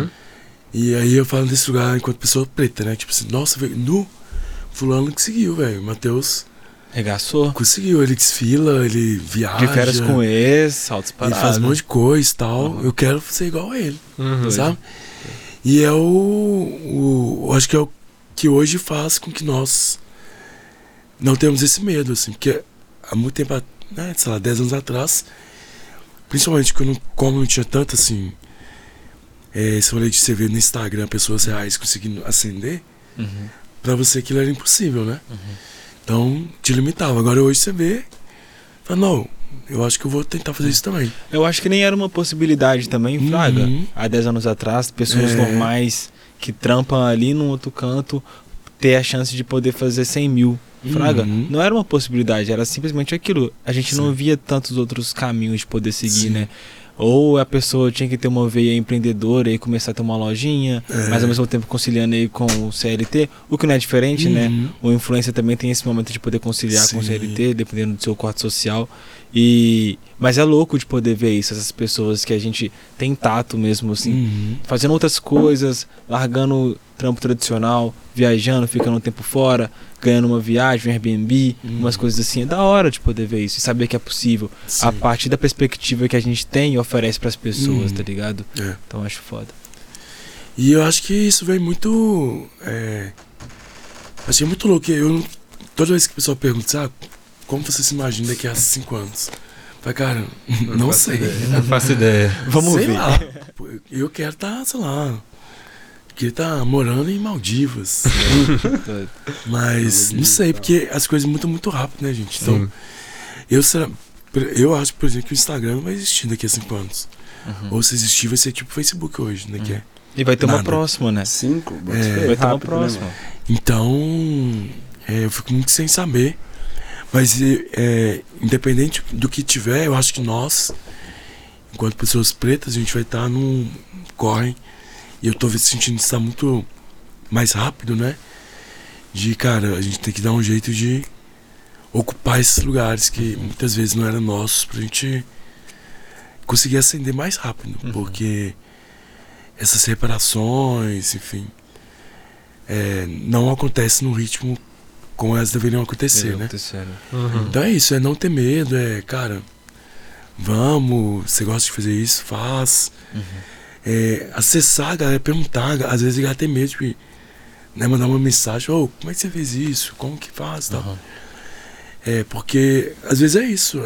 E aí eu falo desse lugar enquanto pessoa preta, né? Tipo assim, nossa, velho, fulano conseguiu, velho. Matheus Regaçou. conseguiu, ele desfila, ele viaja. De férias com ex, saltos Ele parados. faz um monte de coisa e tal. Eu quero ser igual a ele, sabe? E é acho que é o que hoje faz com que nós não temos esse medo, assim. Porque há muito tempo, né, sei lá, 10 anos atrás, principalmente como não tinha tanto, assim, esse rolê de você ver no Instagram pessoas reais conseguindo ascender, pra você aquilo era impossível, né? Então, te limitava. Agora hoje você vê, fala, não, eu acho que eu vou tentar fazer isso também. Eu acho que nem era uma possibilidade também, Fraga. Há 10 anos atrás, pessoas normais que trampam ali num outro canto ter a chance de poder fazer 100 mil. Fraga, não era uma possibilidade, era simplesmente aquilo. A gente não via tantos outros caminhos de poder seguir, né? Ou a pessoa tinha que ter uma veia empreendedora e começar a ter uma lojinha, mas ao mesmo tempo conciliando aí com o CLT, o que não é diferente, né? O influencer também tem esse momento de poder conciliar com o CLT, dependendo do seu corte social. Mas é louco de poder ver isso, essas pessoas que a gente tem tato mesmo, assim, fazendo outras coisas, largando trampo tradicional, viajando, ficando um tempo fora, ganhando uma viagem, um Airbnb, umas coisas assim. É da hora de poder ver isso e saber que é possível. A partir da perspectiva que a gente tem e oferece pras pessoas, tá ligado? Então eu acho foda. E eu acho que isso vem muito... achei muito louco. Toda vez que o pessoal pergunta, como você se imagina daqui a 5 anos? Falei, cara, não sei. Não faço ideia. Vamos sei ver. lá. Eu quero estar, sei lá, queria estar morando em Maldivas. Mas não sei, porque as coisas mudam muito rápido, né, gente? Então, eu acho, por exemplo, que o Instagram não vai existir daqui a 5 anos. Ou se existir, vai ser tipo o Facebook hoje, né? Que é E vai ter uma nada. próxima, né? 5? Vai ter uma próxima. Então, eu fico muito sem saber. Mas, independente do que tiver, eu acho que nós, enquanto pessoas pretas, a gente vai estar num corre. E eu tô sentindo que está muito mais rápido, né? De, cara, a gente tem que dar um jeito de ocupar esses lugares que muitas vezes não eram nossos, pra gente conseguir ascender mais rápido. Porque essas reparações, enfim, não acontecem no ritmo como elas deveriam acontecer, né? Então é isso, é não ter medo, cara, vamos, você gosta de fazer isso, faz. Acessar a galera, perguntar, às vezes a galera tem medo de mandar uma mensagem, como é que você fez isso? Como que faz? Tal. Porque às vezes é isso,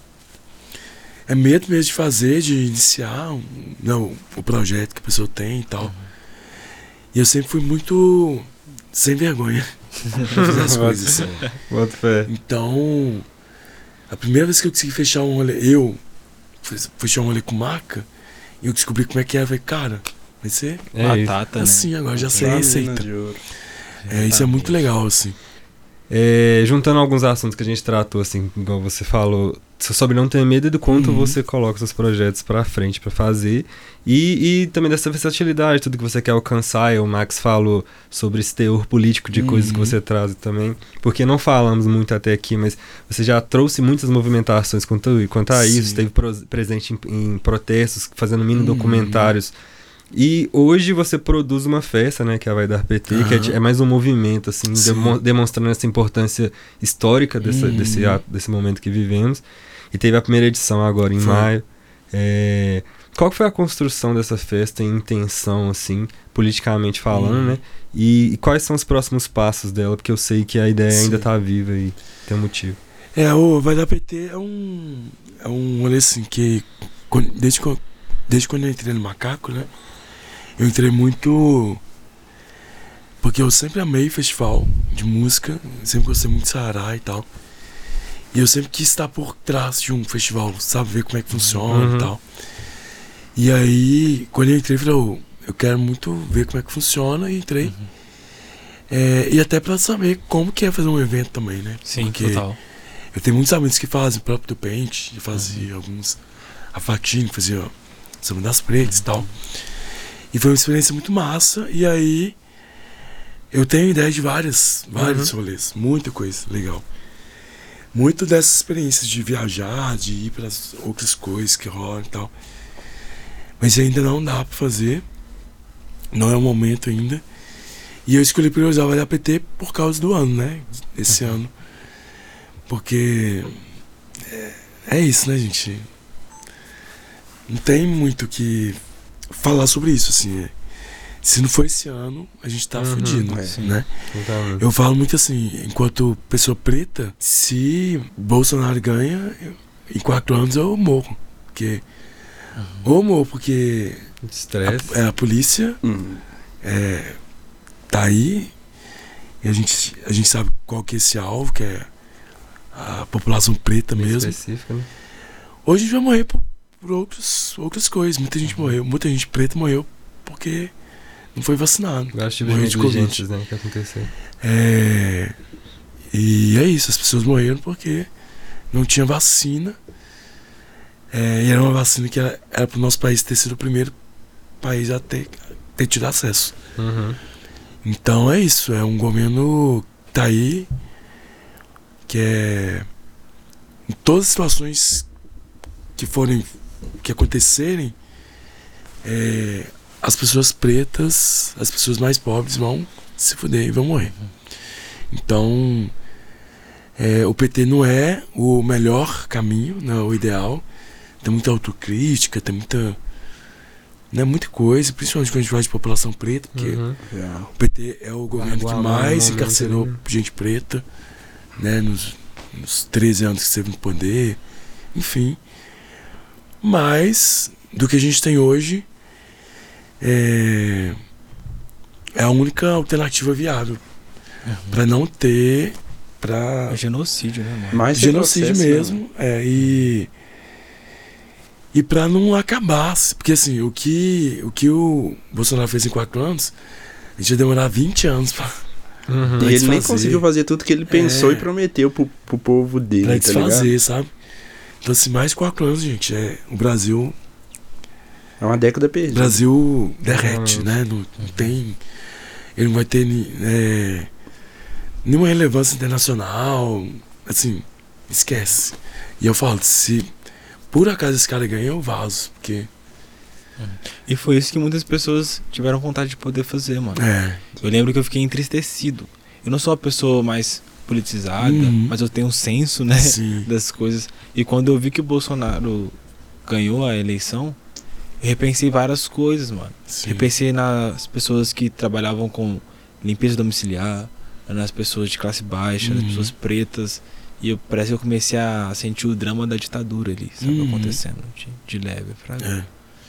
é medo mesmo de fazer, de iniciar o projeto que a pessoa tem e tal. E eu sempre fui muito sem vergonha pra fazer as coisas. Boto fé. Então, a primeira vez que eu consegui fechar um rolê, fechar um rolê com marca, e eu descobri como é que era, eu falei, cara, vai ser Batata, assim, né? agora já sei a receita. Isso é muito legal, assim. Juntando alguns assuntos que a gente tratou, assim, igual você falou, sobre não ter medo e do quanto você coloca seus projetos pra frente pra fazer, e também dessa versatilidade, tudo que você quer alcançar. E o Max falou sobre esse teor político de coisas que você traz também, porque não falamos muito até aqui, mas você já trouxe muitas movimentações quanto a isso, esteve presente em protestos, fazendo mini documentários. E hoje você produz uma festa, né, que é a Vai Dar PT, que é mais um movimento, assim, demonstrando essa importância histórica desse momento que vivemos. E teve a primeira edição agora em maio. Qual foi a construção dessa festa em intenção, assim, politicamente falando, né? E quais são os próximos passos dela? Porque eu sei que a ideia ainda tá viva e tem um motivo. O Vai Dar PT é um rolê, assim, que desde quando eu entrei no Macaco, né? Eu entrei muito porque eu sempre amei festival de música, sempre gostei muito de Saará e tal. E eu sempre quis estar por trás de um festival, sabe, ver como é que funciona e tal. E aí, quando eu entrei, eu falei, eu quero muito ver como é que funciona, e entrei. E até pra saber como que é fazer um evento também, né? Sim, porque total. eu tenho muitos amigos que fazem, o próprio do Pente, fazia alguns, a Fatine, que fazia Samba das Pretas e tal. E foi uma experiência muito massa. E aí eu tenho ideia de vários rolês, muita coisa legal. Muito dessas experiências de viajar, de ir para outras coisas que rolam e tal. Mas ainda não dá pra fazer, não é o momento ainda. E eu escolhi priorizar o Vai Dar PT por causa do ano, né? Esse ano. Porque é isso, né, gente? Não tem muito o que falar sobre isso, assim. Se não for esse ano, a gente tá fudido, né? Eu falo muito assim, enquanto pessoa preta, se Bolsonaro ganha, em 4 anos eu morro. Porque ou morro porque a polícia tá aí, e a gente sabe qual que é esse alvo, que é a população preta mesmo. Específica, né? Hoje a gente vai morrer por outras coisas. Muita gente morreu, muita gente preta morreu porque não foi vacinado. Vários tipos de negligências, né, que aconteceu. E é isso, as pessoas morreram porque não tinha vacina. E era uma vacina que era para o nosso país ter sido o primeiro país a ter tido acesso. Então é isso, é um governo que tá aí, que em todas as situações que acontecerem, as pessoas pretas, as pessoas mais pobres vão se fuder e vão morrer. Então o PT não é o melhor caminho, não é o ideal. Tem muita autocrítica, tem muita coisa, principalmente quando a gente fala de população preta, porque o PT é o governo que mais encarcerou gente preta, né, nos 13 anos que esteve no poder, enfim. Mas, do que a gente tem hoje, é a única alternativa viável. Pra não ter... É genocídio, né, mano? Mais genocídio processo, mesmo, e pra não acabar, porque assim, o que o Bolsonaro fez em 4 anos, a gente ia demorar 20 anos pra E ele nem desfazer. conseguiu fazer tudo que ele pensou e prometeu pro povo dele, Pra tá desfazer, ligado? sabe? Então assim, mais 4 anos, gente, o Brasil É uma década perdida. derrete, né? Não tem... Ele não vai ter nenhuma relevância internacional, assim, esquece. E eu falo, se por acaso esse cara ganha, eu vazo, porque... E foi isso que muitas pessoas tiveram vontade de poder fazer, mano. Eu lembro que eu fiquei entristecido. Eu não sou a pessoa mais politizada, mas eu tenho um senso, né, Sim. das coisas. E quando eu vi que o Bolsonaro ganhou a eleição, eu repensei várias coisas, mano. Sim. Repensei nas pessoas que trabalhavam com limpeza domiciliar, nas pessoas de classe baixa, nas pessoas pretas. E parece que eu comecei a sentir o drama da ditadura ali, sabe, acontecendo de leve, fraga.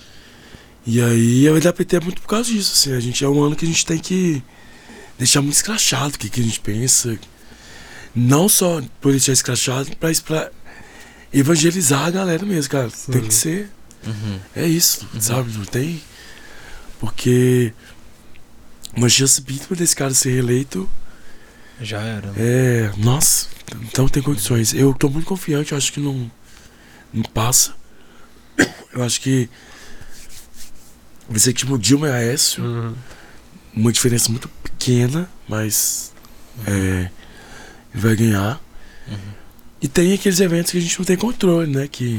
E aí a VDAPT é muito por causa disso, assim, é um ano que a gente tem que deixar muito escrachado o que a gente pensa. Não só por deixar escrachado, mas pra evangelizar a galera mesmo, cara. Tem que ser. É isso, sabe? Não tem. Porque uma chance bíblica desse cara ser reeleito. Já era. Nossa, não tem condições. Eu tô muito confiante, eu acho que não passa. Eu acho que vai ser tipo Dilma e Aécio. Uma diferença muito pequena, mas ele vai ganhar. E tem aqueles eventos que a gente não tem controle, né? Que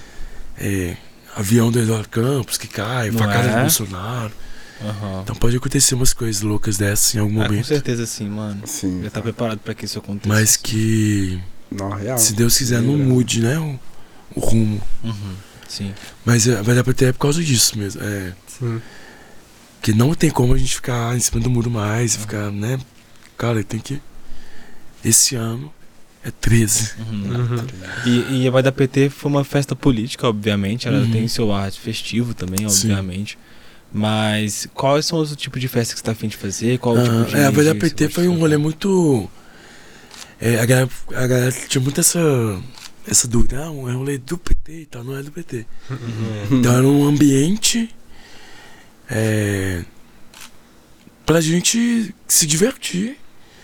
avião do Eduardo Campos que cai, Não facada é? de Bolsonaro. Então pode acontecer umas coisas loucas dessas em algum Com momento. certeza sim, mano. Sim. Já tá preparado pra que isso aconteça. Mas que, Não, real. se Deus quiser, não mude, né? O rumo. Sim. Mas vai dar pra ter por causa disso mesmo. Sim. Que não tem como a gente ficar em cima do muro mais e ficar, né? Cara, tem que. Esse ano é 13. E a Vai da PT foi uma festa política, obviamente. Ela tem seu ar festivo também, obviamente. Mas quais são os tipos de festa que você tá a fim de fazer? Qual o tipo de a Vai da energia que você PT gosta foi de um fazer? rolê muito. A galera tinha muito essa dúvida. É um rolê do PT e tal, não é do PT. Então era um ambiente pra gente se divertir,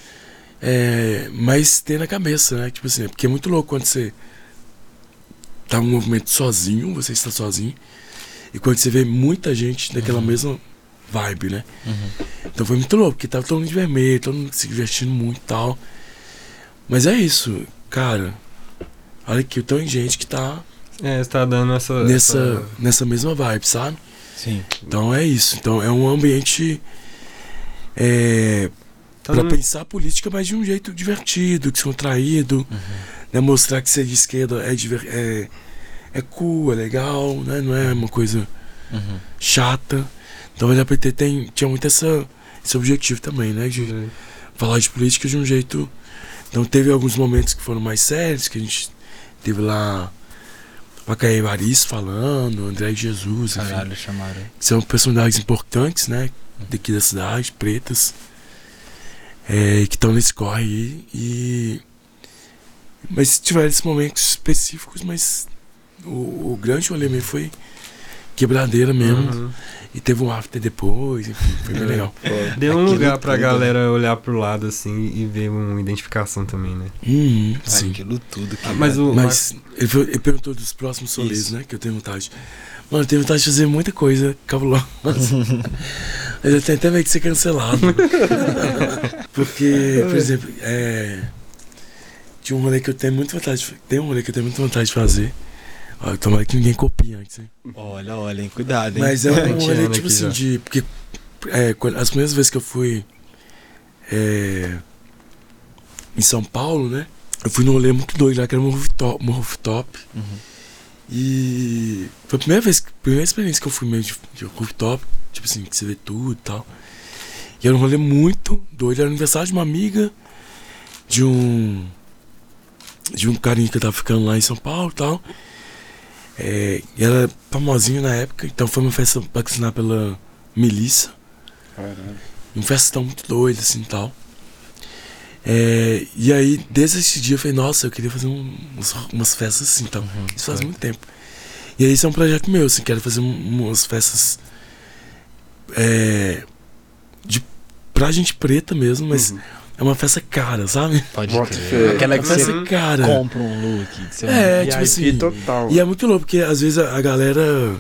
mas ter na cabeça, né? Tipo assim, porque é muito louco quando você tá num movimento sozinho, você está sozinho, e quando você vê muita gente daquela mesma vibe, né? Então foi muito louco, porque tava todo mundo de vermelho, todo mundo se divertindo muito e tal. Mas é isso, cara. Olha aqui, o tanto de gente que tá Você tá dando nessa mesma vibe, sabe? Sim. Então é isso. Então é um ambiente Tá pra dando- pensar a política, mas de um jeito divertido, descontraído, né? Mostrar que ser de esquerda é cool, é legal, né? Não é uma coisa chata. Então a PT tinha muito esse objetivo também, né? De falar de política de um jeito. Então teve alguns momentos que foram mais sérios, que a gente teve lá Macaé Evaristo falando, André Jesus, enfim, Caralho, chamaram. que são personagens importantes, né? Daqui da cidade, pretas, que estão nesse corre aí. Mas tiveram esses momentos específicos, mas o grande rolê mesmo foi quebradeira mesmo. E teve um after depois, enfim, foi bem legal. Deu um Aquilo lugar pra tudo, galera olhar pro lado assim e ver uma identificação também, né? Sim. Aquilo tudo. Que Mas ele perguntou dos próximos solês, Isso. né? Que eu tenho vontade. Mano, eu tenho vontade de fazer muita coisa cabulosa. Mas eu tenho até medo de ser cancelado. Porque, por exemplo, tinha um rolê que eu tenho muita vontade de Tem um rolê que eu tenho muita vontade de fazer. Ó, tomara que ninguém copie antes, hein? Olha, hein, cuidado, hein? Mas é um rolê tirando tipo aqui assim já. porque as primeiras vezes que eu fui em São Paulo, né? Eu fui num rolê muito doido lá, que era um rooftop. E foi a primeira experiência que eu fui meio de rooftop, tipo assim, que você vê tudo e tal. E era um rolê muito doido, era aniversário de uma amiga de um de um carinha que eu tava ficando lá em São Paulo e tal. E ela é famosinha na época, então foi uma festa patrocinada pela Melissa. Caralho. Um festão muito doido, assim, e tal. E aí, desde esse dia, eu falei, nossa, eu queria fazer umas festas assim, então. Isso faz muito tempo. E aí, isso é um projeto meu, assim, quero fazer umas festas pra gente preta mesmo, mas é uma festa cara, sabe? Pode Bota crer. fé. Aquela que Festa você cara. compra um look. Você Tipo VIP assim. total. E é muito louco, porque às vezes a galera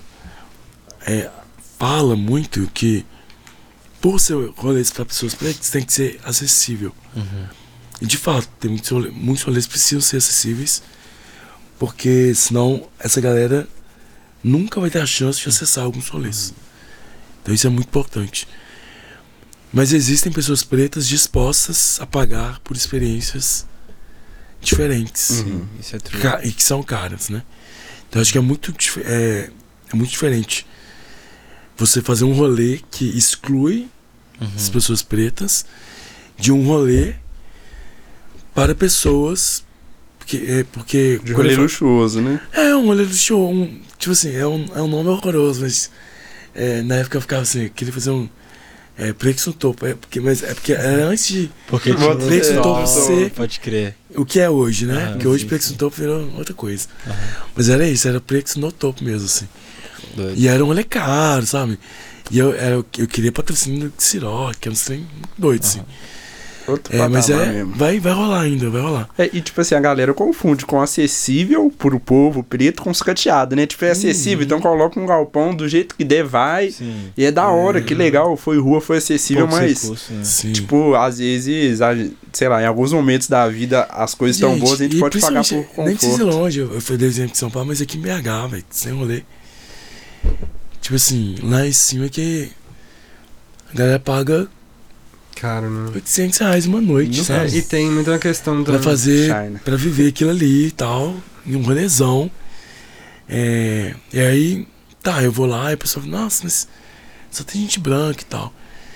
fala muito que por ser rolês para pessoas pretas tem que ser acessível. E de fato, tem muitos rolês que precisam ser acessíveis, porque senão essa galera nunca vai ter a chance de acessar alguns rolês. Então isso é muito importante. Mas existem pessoas pretas dispostas a pagar por experiências diferentes. Isso é true. E que são caras, né? Então acho que é muito diferente você fazer um rolê que exclui as pessoas pretas de um rolê para pessoas porque De rolê luxuoso, né? é um rolê luxuoso, tipo assim, é um nome horroroso, mas na época eu ficava assim, eu queria fazer um Prex no Topo, porque era antes de Porque Prex no Topo ser pode crer. o que é hoje, né? Porque hoje sim, Prex no Topo virou outra coisa. Mas era isso, era Prex no Topo mesmo, assim. Doido. E era um rolê caro, sabe? E eu queria patrocínio de Ciroc, que é um trem muito doido, assim. Outro Mas patamar mesmo. vai rolar ainda, vai rolar. E tipo assim, a galera confunde com acessível pro povo preto com sucateado, né? Tipo, é acessível, então coloca um galpão do jeito que der, vai. Sim. E é da hora, que legal, foi rua, foi acessível, Pouco mas... recurso, né? Sim. Tipo, às vezes, sei lá, em alguns momentos da vida as coisas estão boas, a gente e pode pagar por principalmente, nem precisa ir conforto. longe, eu fui de exemplo de São Paulo, mas aqui em BH, velho, sem rolê. Tipo assim, lá em cima que a galera paga Cara, não. R$800 uma noite, sabe? E tem muita questão Pra da. fazer, China. pra viver aquilo ali e tal, em um rolezão. E aí, tá, eu vou lá e a pessoa fala, nossa, mas só tem gente branca e tal.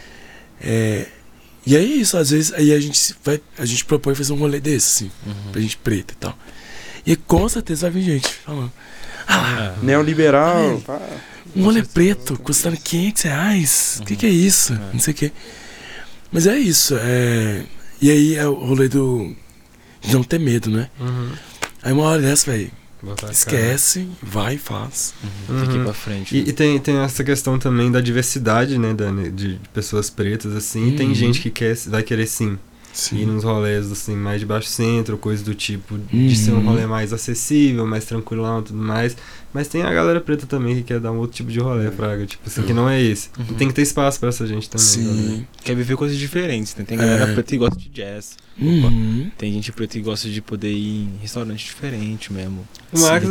E aí isso, às vezes, aí a gente propõe fazer um rolê desse, assim, pra gente preta e tal. E com certeza vai vir gente falando, Neoliberal, pá. um rolê preto custando R$500, o que é isso? Não sei o que. Mas é isso, e aí é o rolê de não ter medo, né? Aí uma hora dessa, velho, Botar a esquece, vai e faz. Fique pra frente. E tem essa questão também da diversidade, né? De pessoas pretas, assim. E tem gente que vai querer sim ir nos rolês assim, mais de baixo centro, coisa do tipo, de ser um rolê mais acessível, mais tranquilão e tudo mais. Mas tem a galera preta também que quer dar um outro tipo de rolê, fraga, tipo assim, que não é esse. E tem que ter espaço pra essa gente também. Sim. Quer viver coisas diferentes, né? Tem galera preta que gosta de jazz. Tem gente preta que gosta de poder ir em restaurante diferente mesmo. O Marcos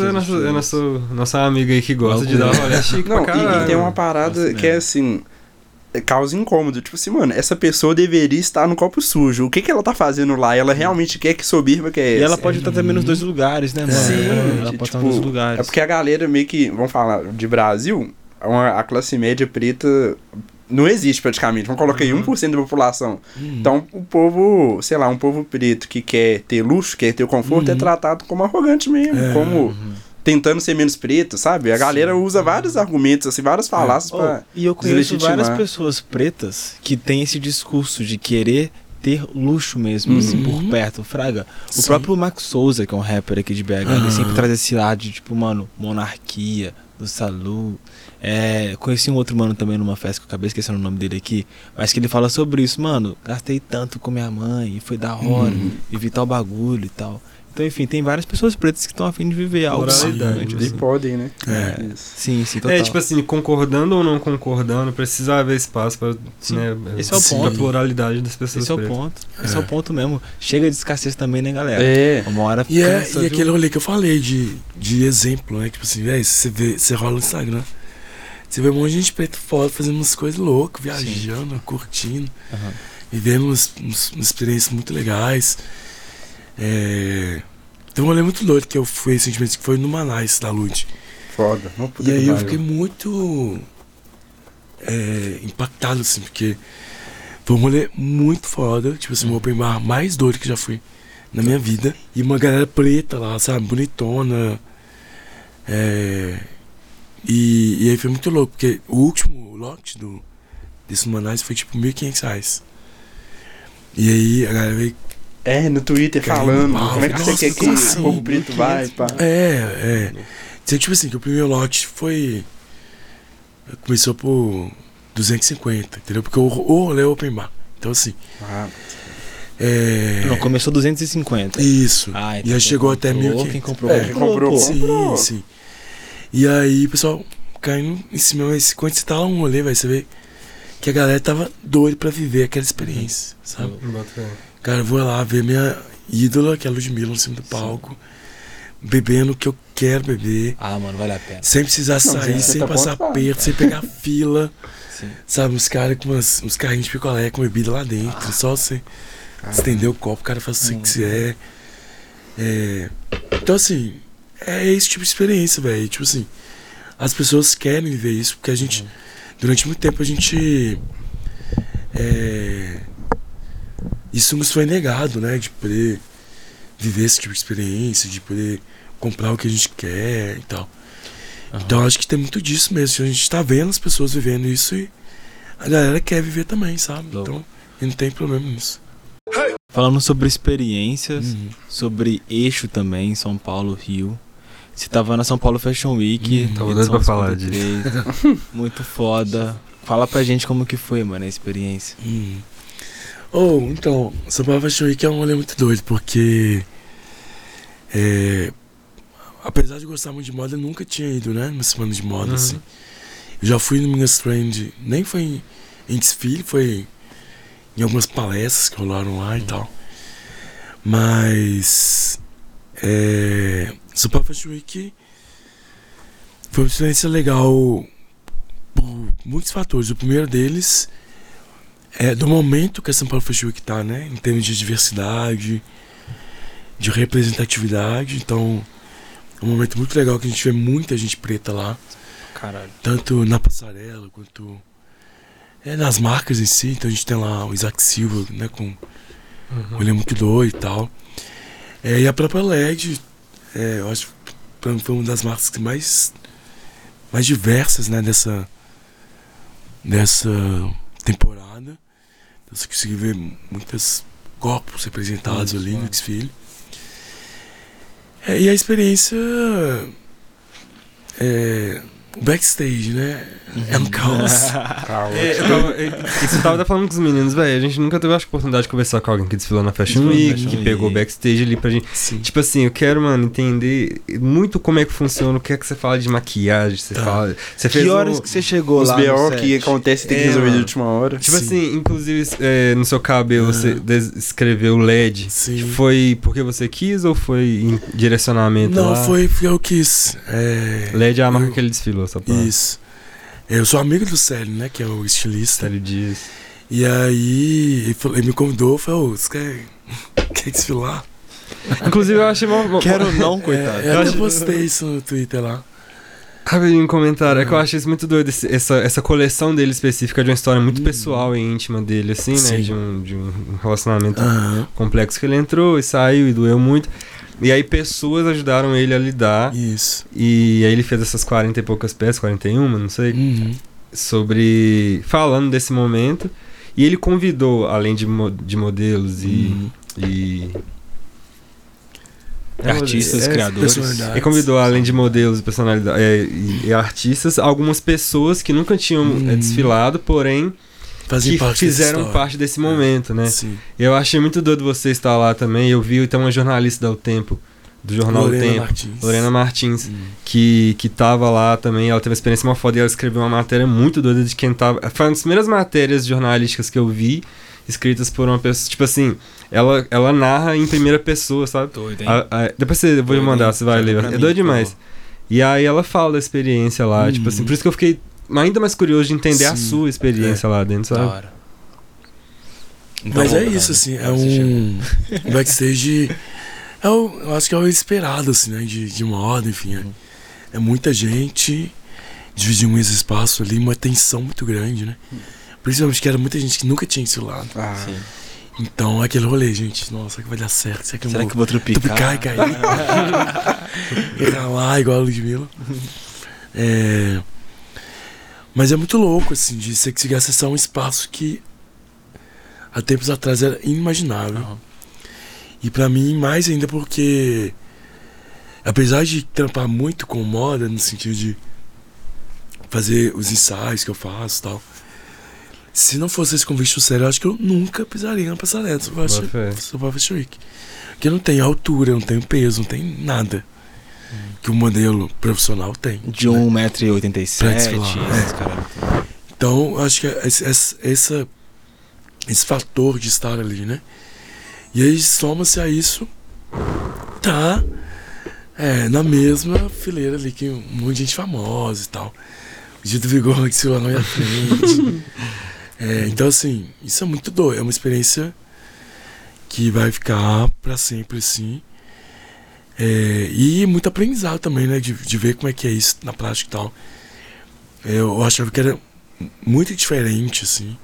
é nossa amiga aí que gosta de dar rolê chique Não, pra caralho. e tem uma parada Nossa, que é assim, causa incômodo. Tipo assim, mano, essa pessoa deveria estar no copo sujo. O que ela tá fazendo lá? Ela realmente quer que soberba que é essa? E ela pode estar também nos dois lugares, né, mano? Sim, Ela pode estar tipo, nos dois lugares. é porque a galera meio que, vamos falar, de Brasil, a classe média preta não existe praticamente. Vamos colocar aí 1% da população. Então, o povo, sei lá, um povo preto que quer ter luxo, quer ter conforto, é tratado como arrogante mesmo, como tentando ser menos preto, sabe? A galera usa vários argumentos, assim, várias falácias pra E eu conheço deslegitimar. várias pessoas pretas que têm esse discurso de querer ter luxo mesmo, assim, por perto, fraga. O próprio Max Souza, que é um rapper aqui de BH, ele sempre traz esse lado de, tipo, mano, monarquia, do Salu. Conheci um outro mano também numa festa, que eu acabei esquecendo o nome dele aqui, mas que ele fala sobre isso, mano, gastei tanto com minha mãe, e foi da hora, vivi tal bagulho e tal. Então, enfim, tem várias pessoas pretas que estão a fim de viver algo Moralidade, E assim. podem, né? Isso. Sim, total. Tipo assim, concordando ou não concordando, precisa haver espaço pra, né, esse é o pra ponto. pluralidade das pessoas Esse é o pretas. ponto. Esse é o ponto mesmo. Chega de escassez também, né, galera? Uma hora E cansa, viu? aquele rolê que eu falei de exemplo, né? Tipo assim, você rola no Instagram, você vê um monte de gente preta foda fazendo umas coisas loucas, viajando, curtindo, vivendo umas experiências muito legais. Tem um rolê muito doido que eu fui recentemente, que foi no Manaus, da Lud. Foda. Não E aí eu fiquei muito impactado, assim, porque foi um rolê muito foda, tipo assim, um open bar mais doido que já fui na minha vida. E uma galera preta lá, sabe? Bonitona. E aí foi muito louco, porque o último lote desses manais foi tipo R$1.500. E aí a galera veio. No Twitter falando, como é que você quer que o povo preto vai, pá. Tipo assim, que o primeiro lote começou por 250, entendeu? Porque o rolê é open bar. Então assim. Não, começou 250. Isso. Então e aí chegou até 1.500. Quem comprou. Sim. E aí o pessoal caindo em cima, mas quando você tá lá um rolê, você vê que a galera tava doida pra viver aquela experiência, sabe? Cara, eu vou lá ver minha ídola, que é a Ludmilla, no cima do palco, bebendo o que eu quero beber. Mano, vale a pena. Sem precisar sair, sem passar aperto, sem pegar fila. Sim. Sabe, uns caras com uns carrinhos de picolé com bebida lá dentro. Só você estender o copo, o cara faz o que quiser. Então, assim, é esse tipo de experiência, velho. Tipo assim, as pessoas querem viver isso, porque a gente, durante muito tempo, a gente. Isso nos foi negado, né? De poder viver esse tipo de experiência, de poder comprar o que a gente quer e tal. Então acho que tem muito disso mesmo. A gente tá vendo as pessoas vivendo isso e a galera quer viver também, sabe? Então não tem problema nisso. Falando sobre experiências, sobre eixo também, São Paulo, Rio. Você tava na São Paulo Fashion Week. Tava doido pra falar disso. Muito foda. Fala pra gente como que foi, mano, a experiência. Então, São Paulo Fashion Week é um rolê muito doido, porque apesar de gostar muito de moda, eu nunca tinha ido, né, numa semana de moda, assim. Eu já fui no Minas Trend, nem foi em desfile, foi em algumas palestras que rolaram lá e tal. Mas São Paulo Fashion Week foi uma experiência legal por muitos fatores. O primeiro deles do momento que a São Paulo Fashion Week tá, né? Em termos de diversidade, de representatividade. Então, é um momento muito legal que a gente vê muita gente preta lá. Caralho. Tanto na passarela, quanto nas marcas em si. Então a gente tem lá o Isaac Silva, né? Com um olho muito doido e tal. E a própria LED, eu acho que foi uma das marcas que mais diversas, né? Dessa temporada. Você conseguiu ver muitos corpos representados ali no desfile. E a experiência o backstage, né? É um caos. Isso eu tava falando com os meninos, velho. A gente nunca teve a oportunidade de conversar com alguém que desfilou na Fashion Week, que pegou o backstage ali pra gente. Sim. Tipo assim, eu quero, mano, entender muito como é que funciona, o que é que você fala de maquiagem, você fala. Você fez que horas que você chegou os lá? BO que acontece e tem que resolver de última hora. Tipo assim, inclusive no seu cabelo você escreveu LED. Sim. Foi porque você quis ou foi em direcionamento? Não, lá? foi porque eu quis. LED é a marca que ele desfilou, só pra... Isso. Eu sou amigo do Célio, né? Que é o estilista. Célio Dias. E aí ele me convidou, falou, você quer desfilar? Inclusive eu achei Quero não, coitado. Eu até postei isso no Twitter lá. Rapidinho um comentário, é que eu achei isso muito doido, essa coleção dele específica de uma história muito pessoal e íntima dele, assim, Sim. né? De um relacionamento complexo que ele entrou e saiu e doeu muito. E aí pessoas ajudaram ele a lidar. Isso. E aí ele fez essas 40 e poucas peças, 41, não sei, falando desse momento. E ele convidou, além de modelos e artistas, criadores. Ele convidou, além de modelos e personalidades e artistas, algumas pessoas que nunca tinham desfilado, porém que fizeram parte desse momento, né? Sim. Eu achei muito doido você estar lá também. Eu vi então uma jornalista do Tempo, do jornal Lorena O Tempo, Martins. Lorena Martins, que tava lá também. Ela teve uma experiência uma foda e ela escreveu uma matéria muito doida de quem tava. Foi uma das primeiras matérias jornalísticas que eu vi, escritas por uma pessoa. Tipo assim, ela narra em primeira pessoa, sabe? Doido, hein? Depois eu vou mandar, você vai ler. É doido demais. E aí ela fala da experiência lá, tipo assim, por isso que eu fiquei ainda mais curioso de entender a sua experiência lá dentro, sabe? Da hora. Mas é isso, assim, é um backstage. Eu acho que é o esperado, assim, né? De moda, enfim. É muita gente, dividir um espaço ali, uma tensão muito grande, né? Principalmente que era muita gente que nunca tinha desfilado. Sim. Então, aquele rolê, gente, nossa, que vai dar certo. Será que eu vou trupicar e cair? E ralar igual a Ludmilla. Mas é muito louco, assim, de você conseguir acessar um espaço que há tempos atrás era inimaginável. Uhum. E pra mim, mais ainda porque, apesar de trampar muito com moda, no sentido de fazer os ensaios que eu faço e tal, se não fosse esse convite sério, eu acho que eu nunca pisaria na passarela sobre a Fashion Week. Porque não tem altura, não tem peso, não tem nada que o modelo profissional tem. De 1,87 m. Então, eu acho que esse fator de estar ali, né? E aí, soma-se a isso, tá na mesma fileira ali que um monte de gente famosa e tal. O Gito Vigor que se lá na frente. Então, assim, isso é muito doido. É uma experiência que vai ficar pra sempre, assim. E muito aprendizado também, né? De ver como é que é isso na prática e tal. Eu achava que era muito diferente, assim.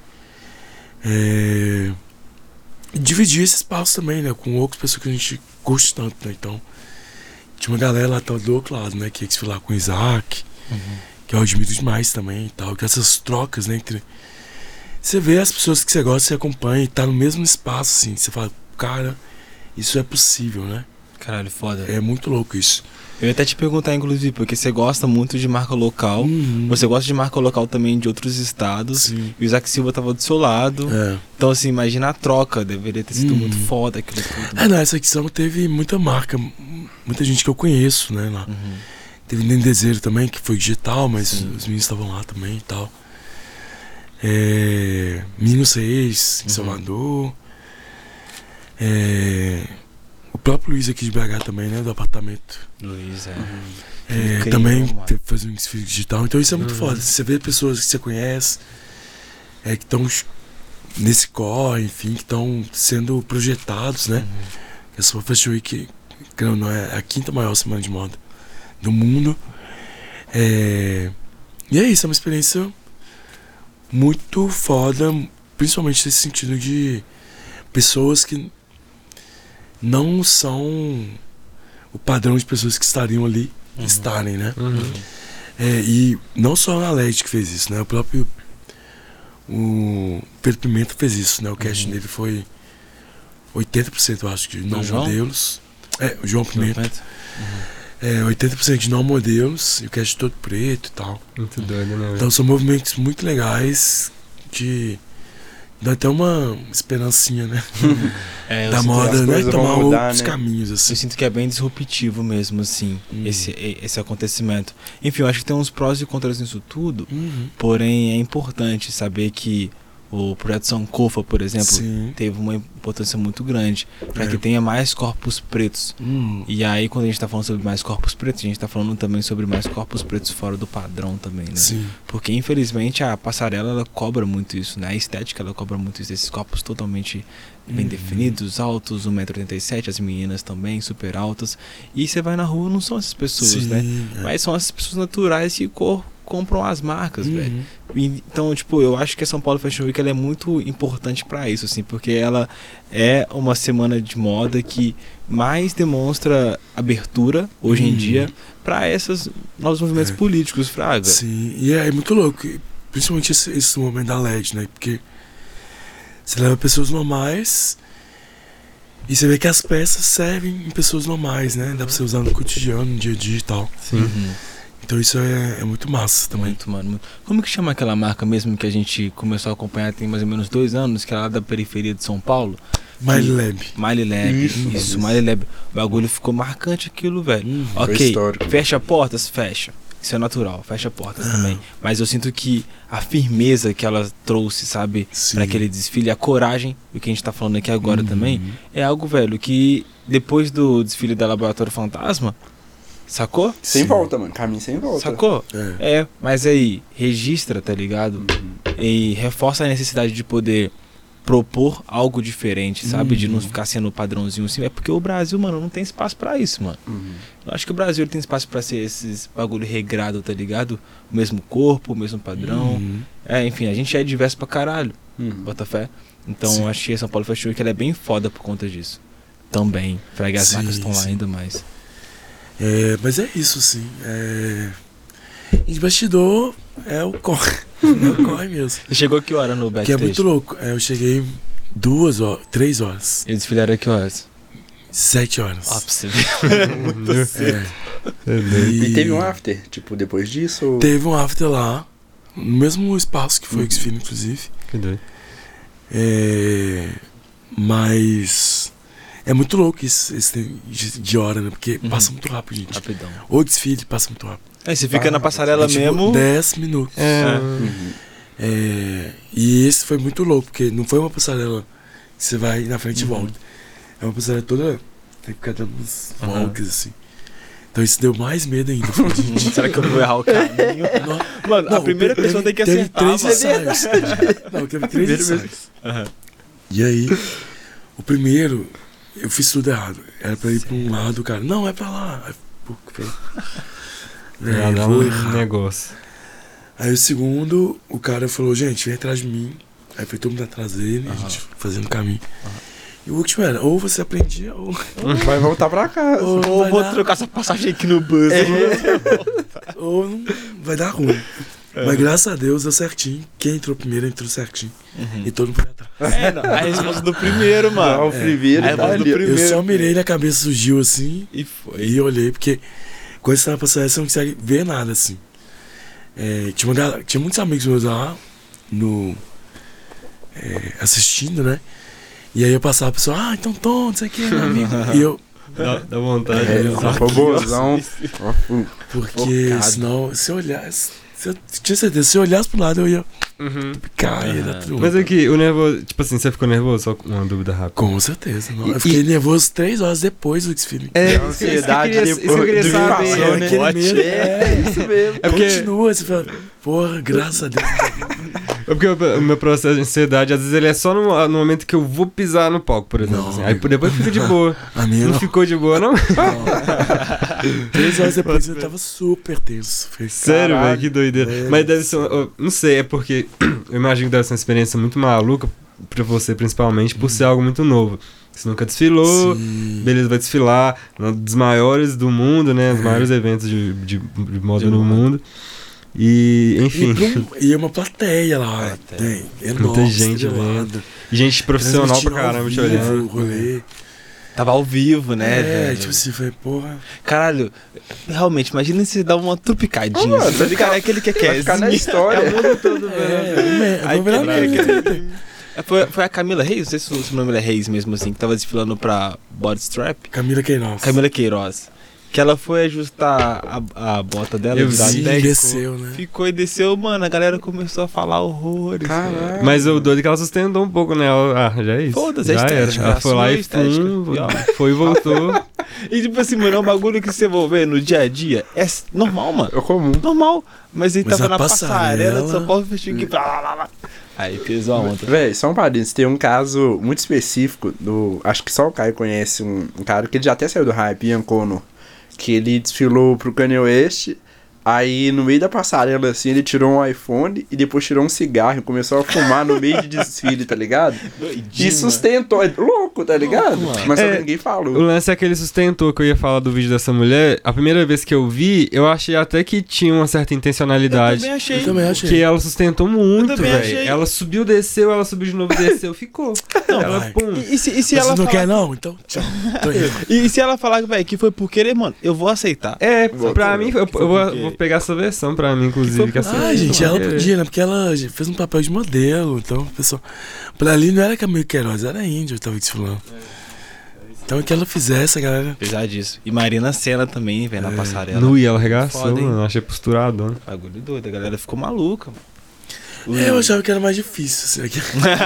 E dividir esse espaço também, né? Com outras pessoas que a gente curte tanto, né? Então, tinha uma galera lá do outro lado, né? Que foi lá com o Isaac, que eu admiro demais também e tal. Que essas trocas, né? Entre... Você vê as pessoas que você gosta, você acompanha e tá no mesmo espaço, assim. Você fala, cara, isso é possível, né? Caralho, foda. É muito louco isso. Eu ia até te perguntar, inclusive, porque você gosta muito de marca local. Você gosta de marca local também de outros estados. Sim. E o Isaac Silva tava do seu lado. Então, assim, imagina a troca. Deveria ter sido muito foda aquilo tudo. Nessa edição teve muita marca, muita gente que eu conheço, né? Lá. Teve Nendezeiro também, que foi digital, mas os meninos estavam lá também e tal. Minho 6, em Salvador. O próprio Luiz aqui de BH também, né? Do apartamento. Luiz, também fez um desfile digital. Então isso é muito foda. Você vê pessoas que você conhece, que estão nesse core, enfim, que estão sendo projetados, né? Essa Fashion Week, que não é a 5ª maior semana de moda do mundo. E é isso, é uma experiência muito foda, principalmente nesse sentido de pessoas que não são o padrão de pessoas que estariam ali, estarem, né? E não só a LED que fez isso, né? O próprio Pedro Pimenta fez isso, né? O casting dele foi 80%, eu acho, de não modelos. O João Pimenta. 80% de não modelos e o casting todo preto e tal. Muito doido, né? Então são movimentos muito legais que dá até uma esperancinha, né? Da moda, né? Tomar outros caminhos, assim. Eu sinto que é bem disruptivo mesmo, assim, esse acontecimento. Enfim, eu acho que tem uns prós e contras nisso tudo, porém é importante saber que o projeto Sankofa, por exemplo, teve uma importância muito grande para que tenha mais corpos pretos. E aí, quando a gente está falando sobre mais corpos pretos, a gente está falando também sobre mais corpos pretos fora do padrão também, né? Sim. Porque, infelizmente, a passarela, ela cobra muito isso, né? A estética, ela cobra muito isso, esses corpos totalmente bem definidos, altos, 1,87 m, as meninas também, super altas. E você vai na rua, não são essas pessoas, né? Mas são essas pessoas naturais que compram as marcas, velho. Então, tipo, eu acho que a São Paulo Fashion Week ela é muito importante pra isso, assim, porque ela é uma semana de moda que mais demonstra abertura, hoje em dia, pra esses novos movimentos políticos, fraga. Sim, e é muito louco, principalmente esse momento da LED, né? Porque você leva pessoas normais e você vê que as peças servem em pessoas normais, né? Dá pra você usar no cotidiano, no dia a dia e tal. Sim. Então isso é muito massa também. Muito, mano. Como que chama aquela marca mesmo que a gente começou a acompanhar tem mais ou menos 2 anos, que é lá da periferia de São Paulo? Miley Lab. Miley Lab, isso, Miley Lab. O bagulho ficou marcante aquilo, velho. Ok, fecha portas? Fecha. Isso é natural, fecha portas também. Mas eu sinto que a firmeza que ela trouxe, sabe, pra aquele desfile, a coragem, o que a gente tá falando aqui agora também, é algo, velho, que depois do desfile da Laboratório Fantasma, sacou? Sem volta, mano. Caminho sem volta. Sacou? Mas aí, registra, tá ligado? E reforça a necessidade de poder propor algo diferente, sabe? De não ficar sendo padrãozinho assim. É porque o Brasil, mano, não tem espaço pra isso, mano. Eu acho que o Brasil ele tem espaço pra ser esses bagulho regrado, tá ligado? O mesmo corpo, o mesmo padrão. Enfim, a gente é diverso pra caralho. Bota fé. Então Sim. eu acho que São Paulo Fashion Week ela é bem foda por conta disso. Também. Pra que as Sim, marcas estão lá sim. ainda mais. Mas é isso, assim. E de bastidor é o corre. É o corre mesmo. Você chegou a que hora no Que backstage? é muito louco. Eu cheguei 3 horas. Eles desfilaram a que horas? 7 horas. Ó, pra você ver. Muito cedo. E teve um after, tipo, depois disso? Ou... Teve um after lá, no mesmo espaço que foi o X-Film, inclusive. Que doido. Mas é muito louco esse de hora, né? Porque passa muito rápido, gente. Rapidão. O desfile passa muito rápido. Aí você fica na passarela Tipo, mesmo. 10 minutos. E esse foi muito louco, porque não foi uma passarela que você vai na frente e volta. É uma passarela toda. Tem que ficar dando umas voltas assim. Então isso deu mais medo ainda. Será que eu vou errar o caminho? Mano, a primeira pessoa tem que acertar. Teve 3 mano. ensaios. Não, teve 3 ensaios. E aí, o primeiro, eu fiz tudo errado. Era pra ir pra um lado, o cara, não, é pra lá. Aí, pô, que feio. Dá vou um errar. negócio. Aí o segundo, o cara falou, gente, vem atrás de mim. Aí foi todo mundo atrás dele, a gente fazendo caminho. E o último era, ou você aprendia, ou Vai voltar pra casa. Ou vai vou dar- trocar essa passagem aqui no bus. ou não vai dar ruim. Mas graças a Deus deu certinho. Quem entrou primeiro entrou certinho. E todo mundo foi atrás. Não, a resposta do primeiro, mano. O primeiro Aí tá vai do ali. primeiro. Eu só mirei na cabeça do Gil assim E foi. e olhei, porque quando você tava passando, você não consegue ver nada assim. Tinha muitos amigos meus lá assistindo, né? E aí eu passava, a pessoa, então Tom, não sei o que, meu amigo. E eu, Dá vontade. Robôzão. porque Focado. senão, se eu olhasse, eu tinha certeza, se eu olhasse pro lado, eu ia picar, ia dar tudo. Mas aqui, o nervoso, tipo assim, você ficou nervoso? Só uma dúvida rápida. Com certeza. Não. Eu fiquei nervoso 3 horas depois do X-Film. Ansiedade isso que eu queria depois. saber, Passou, né? Aquele medo. Isso mesmo. É porque, Continua, você fala, porra, graças a Deus. o meu processo de ansiedade, às vezes ele é só no momento que eu vou pisar no palco, por exemplo. Não, assim. Aí depois fica de boa. A minha Não não. ficou de boa, não? 3 horas depois eu tava super tenso. Falei, Sério, Caralho. velho, que doideira. Velho Mas deve do ser, não sei, é porque eu imagino que deve ser uma experiência muito maluca pra você, principalmente, por ser algo muito novo. Você nunca desfilou, Sim. beleza, vai desfilar, um dos maiores do mundo, né? Os maiores eventos de moda no mundo. E, enfim, E uma plateia lá. Tem. Enorme, muita gente estrelada. gente profissional pra Transmitindo ao caramba te vivo olhando. o rolê. Tava ao vivo, né? velho? Tipo assim, foi, porra. Caralho, realmente, imagina se dá uma trupicadinha. Mano, Você tá ligado? É aquele que Vai ficar na história. Aí Vou virar aquele- Foi a Camila Reis, não sei se o nome é Reis mesmo assim, que tava desfilando pra Bodystrap. Camila Queiroz. Camila Queiroz. Que ela foi ajustar a bota dela, Eu virar vi. deck, Desceu, né? ficou e desceu, mano, a galera começou a falar horrores. Caralho. Mas o doido é que ela sustentou um pouco, né? Já é isso. Foda-se, é Já era. estética, Ela foi lá sua e estética. foi e voltou. E tipo assim, mano, é um bagulho que você vai ver no dia a dia. É normal, mano. É comum. Normal. Mas ele Mas tava a na passarela de São passarela- Paulo Fashion Week. Aí pesou a onda. Véi, só um parênteses, tem um caso muito específico acho que só o Caio conhece um cara que ele já até saiu do hype, Ian Connor, que ele desfilou pro Kanye West. Aí no meio da passarela assim, ele tirou um iPhone e depois tirou um cigarro e começou a fumar no meio de desfile, tá ligado? E sustentou, é louco, tá ligado? Louco, mano. Mas só É, que ninguém O falou. lance é que ele sustentou, que eu ia falar do vídeo dessa mulher. A primeira vez que eu vi, eu achei até que tinha uma certa intencionalidade. Eu Eu também achei. Que ela sustentou muito, Eu também velho. achei. Ela subiu, desceu, ela subiu de novo, desceu, ficou. Ela, vai. pum. E se Você ela não falar... quer não? Então, tchau. Tô indo. E se ela falar, velho, que foi por querer, mano, eu vou aceitar. É, pra mim, eu porque- vou pegar essa versão pra mim, inclusive. Que essa Ah, gente, ela podia, né? Porque ela fez um papel de modelo. Então, pessoal. Pra ali não era Camila Queiroz, era índio que tava desfilando. Então, que ela fizesse, a galera. Apesar disso. E Marina Senna também, velho, na passarela. Nu e ela arregaçou, Foda, hein? mano. Achei posturadona. Bagulho doido, a galera ficou maluca, mano. Eu achava que era mais difícil, assim.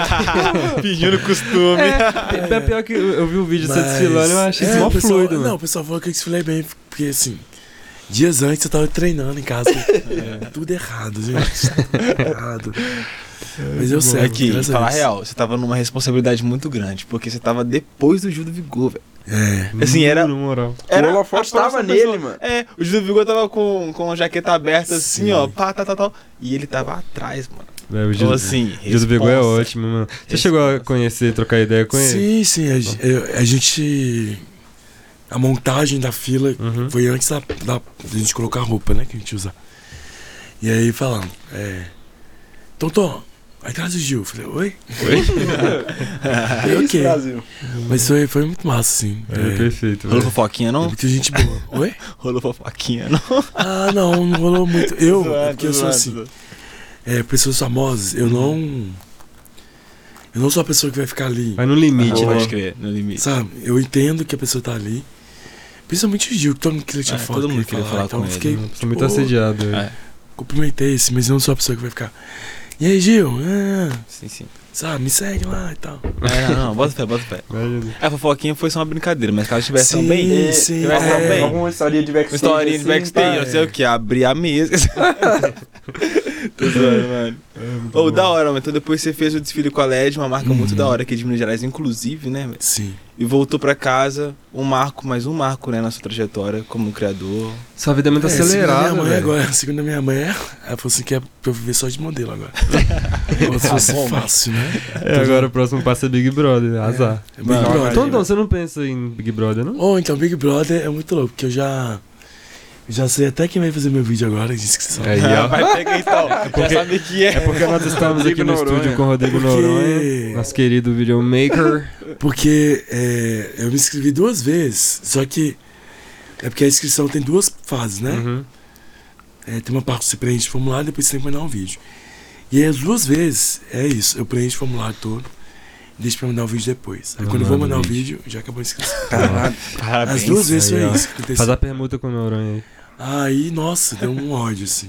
Pedindo costume. É pior que eu vi o vídeo de você Mas- desfilando, eu achei isso o mó pessoal- fluido, Não, mano. o pessoal falou que eu desfilei bem, porque assim, dias antes eu tava treinando em casa. Tudo errado, gente. Tudo errado. Mas eu sei, Aqui, graças a falar Deus. real, você tava numa responsabilidade muito grande, porque você tava depois do Gil do Vigor, velho. É. Assim, era- Na moral. O holofote a próxima tava pessoa. nele, mano. O Gil do Vigor tava com a jaqueta aberta assim, Sim. ó, pá, tal. E ele tava atrás, mano. O Então, assim, Gil do Vigor é responsa. ótimo, mano. Você chegou a conhecer, trocar ideia com ele? Sim, a gente... A montagem da fila foi antes da gente colocar a roupa, né, que a gente usa. E aí falando, Tom, aí traz o Gil. Eu falei, oi? Falei, ok. Brasil. Mas foi muito massa, assim. Perfeito, Rolou velho. fofoquinha, não? Muita gente boa. Oi? Rolou fofoquinha, não? Ah, não rolou muito. Eu, Zoando, porque eu sou zoando. assim. Pessoas famosas, eu não sou a pessoa que vai ficar ali. Vai no limite, Pode né? crer, no limite. Sabe? Eu entendo que a pessoa tá ali. Principalmente o Gil, que todo mundo queria tirar foto. todo mundo queria falar então com eu ele, fiquei, Eu sou muito assediado. velho. É. cumprimentei esse, mas eu não sou a pessoa que vai ficar. E aí, Gil? Sim. Sabe, me segue lá e tal. Não, bota fé. Imagina. A fofoquinha foi só uma brincadeira, mas caso tivesse tão bem, sim. tivesse tão bem. Alguma historinha de backstage. Uma historinha de assim, backstage, não sei o que, abrir a mesa. Tô zoando, mano. Ô, da hora, mas então depois você fez o desfile com a LED, uma marca muito da hora aqui de Minas Gerais, inclusive, né, velho? Sim. E voltou pra casa, mais um marco, né, na sua trajetória como criador. Sua vida é muito acelerada, Segundo a minha mãe velho. agora, segundo a minha mãe, ela falou assim que é pra eu viver só de modelo agora. Como se fosse fácil, né? Agora o próximo passo é Big Brother, azar. É Big Brother. Então, você não pensa em Big Brother, não? Ou então, Big Brother é muito louco, porque eu já sei até quem vai fazer meu vídeo agora, inscrição. Aí, ó. Vai pegar então, já sabe que É porque nós estamos aqui no Noronha. estúdio com o Rodrigo Porque- Noronha, nosso querido videomaker. Porque eu me inscrevi 2 vezes, só que é porque a inscrição tem 2 fases, né? Uhum. Tem uma parte que você preenche o formulário e depois você tem que mandar um vídeo. E aí as 2 vezes é isso, eu preencho o formulário todo e deixo pra mandar o vídeo depois. Aí quando eu vou mandar o vídeo, já acabou a inscrição. Parabéns. As 2 vezes Aí, foi ó. isso que aconteceu. Faz a permuta com o Noronha aí. Aí, nossa, deu um ódio, assim.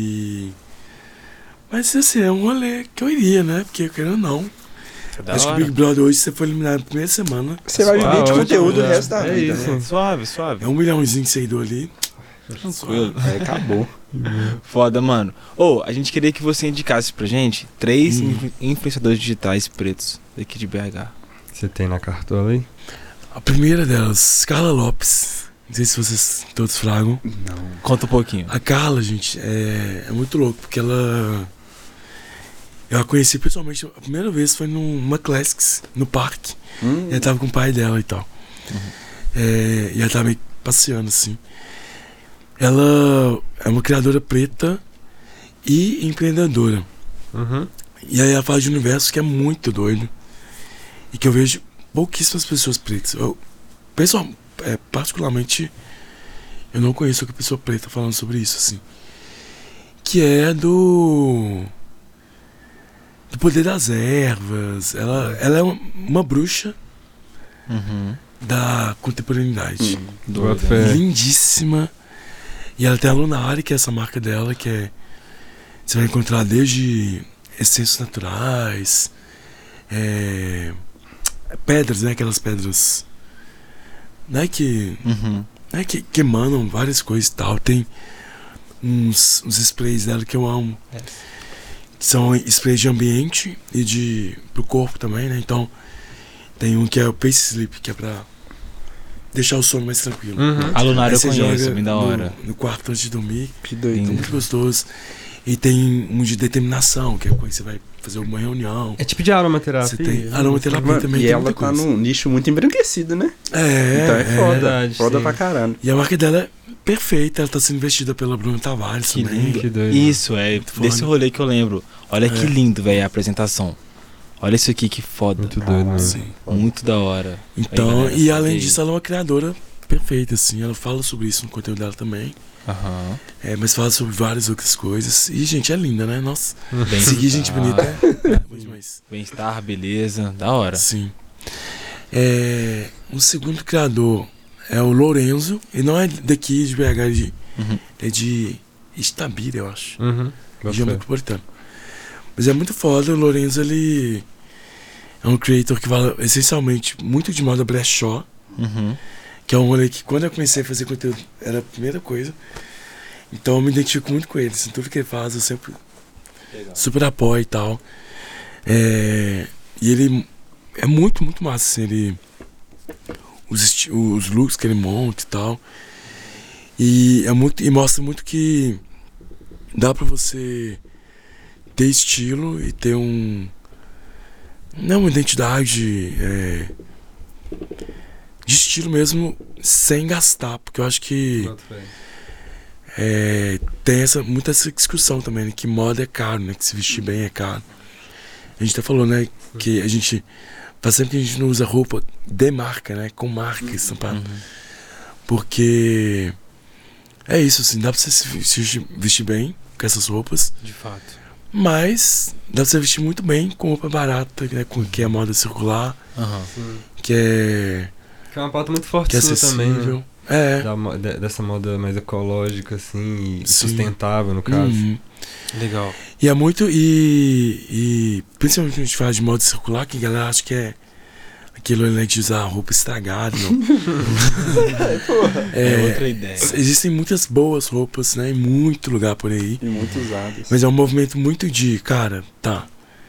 Mas assim, é um rolê que eu iria, né? Porque querendo ou não. Acho que o Big Brother hoje, se você for eliminado na primeira semana, Você vai viver de ótimo, conteúdo o né? resto da É vida. isso. Né? Suave. é 1 milhãozinho de seguidor ali. Tranquilo. Aí acabou. Foda, mano. A gente queria que você indicasse pra gente 3 influenciadores digitais pretos daqui de BH. Você tem na cartola aí? A primeira delas, Carla Lopes. Não sei se vocês todos fragam. Não. Conta um pouquinho. A Carla, gente, é muito louco, porque ela. Eu a conheci pessoalmente, a primeira vez foi numa Classics, no parque. E ela tava com o pai dela e tal. E ela tava meio passeando assim. Ela é uma criadora preta e empreendedora. Uhum. E aí ela fala de um universo que é muito doido. E que eu vejo pouquíssimas pessoas pretas. Particularmente, eu não conheço outra pessoa preta falando sobre isso, assim. Que é do poder das ervas. Ela é uma bruxa da contemporaneidade. Boa fé. Lindíssima. E ela tem a Lunari, que é essa marca dela, que é... Você vai encontrar desde essências naturais, pedras, né? Aquelas pedras... Né? Que emanam várias coisas e tal. Tem uns sprays dela que eu amo. Que são sprays de ambiente e pro corpo também, né? Então, tem um que é o Pace Sleep, que é pra deixar o sono mais tranquilo. A Lunar Aí eu você conheço, joga bem da hora. no quarto antes de dormir. Que É doido. muito gostoso. E tem um de determinação, que é quando você vai fazer alguma reunião. É tipo de aromaterapia. Você tem aromaterapia Mano, também. e tem ela muita tá coisa. num nicho muito embranquecido, né? Então é foda. verdade, Foda sim. pra caralho. E a marca dela é perfeita. Ela tá sendo investida pela Bruna Tavares Que também. lindo. Que doido. Isso, foda. desse rolê que eu lembro. Olha que lindo, velho, a apresentação. Olha isso aqui, que foda. Muito doido, mano. Sim. Muito da hora. Então, Aí, galera, e além segue disso, ela é uma criadora perfeita, assim. Ela fala sobre isso no conteúdo dela também. Aham. Mas fala sobre várias outras coisas. E, gente, é linda, né? Nossa, Bem- seguir gente bonita é bom demais. Bem-estar, beleza, da hora. Sim. O segundo criador é o Lorenzo. Ele não é daqui de BH, é de Itabira, eu acho. Uhum. Boa Região fé. metropolitana. Mas é muito foda. O Lorenzo, ele é um creator que fala essencialmente muito de moda brechó. Que é um rolê que quando eu comecei a fazer conteúdo era a primeira coisa. Então eu me identifico muito com ele. Assim, tudo que ele faz eu sempre super apoio e tal. E ele é muito, muito massa. Assim, os looks que ele monta e tal. E mostra muito que dá pra você ter estilo e ter uma identidade de estilo mesmo, sem gastar, porque eu acho que tem muita essa discussão também, né, que moda é caro, né, que se vestir bem é caro. A gente até falou, né, que a gente faz sempre que a gente não usa roupa de marca, né, com marca estampada, porque é isso, assim, dá pra você se vestir bem com essas roupas, De fato. mas dá pra você vestir muito bem com roupa barata, né, que é a moda circular, que é uma pauta muito forte que é sua também, né? acessível. Dessa moda mais ecológica, assim, e Sim. sustentável, no caso. Legal. E é muito. E principalmente quando a gente fala de moda circular, que a galera acha que é aquilo, né, de usar roupa estragada. Não. É outra ideia. Existem muitas boas roupas, né? Em muito lugar por aí. E muito usadas. Mas é um movimento muito de, cara, tá.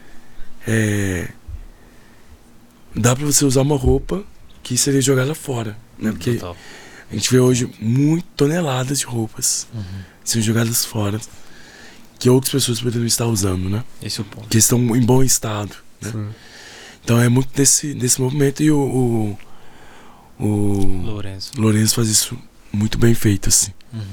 Dá pra você usar uma roupa que seria jogada fora, né? Porque Total. a gente vê hoje toneladas de roupas sendo jogadas fora que outras pessoas poderiam estar usando, né? Esse é o ponto. Que estão em bom estado, né? Sim. Então é muito desse movimento e o Lourenço. Lourenço faz isso muito bem feito, assim.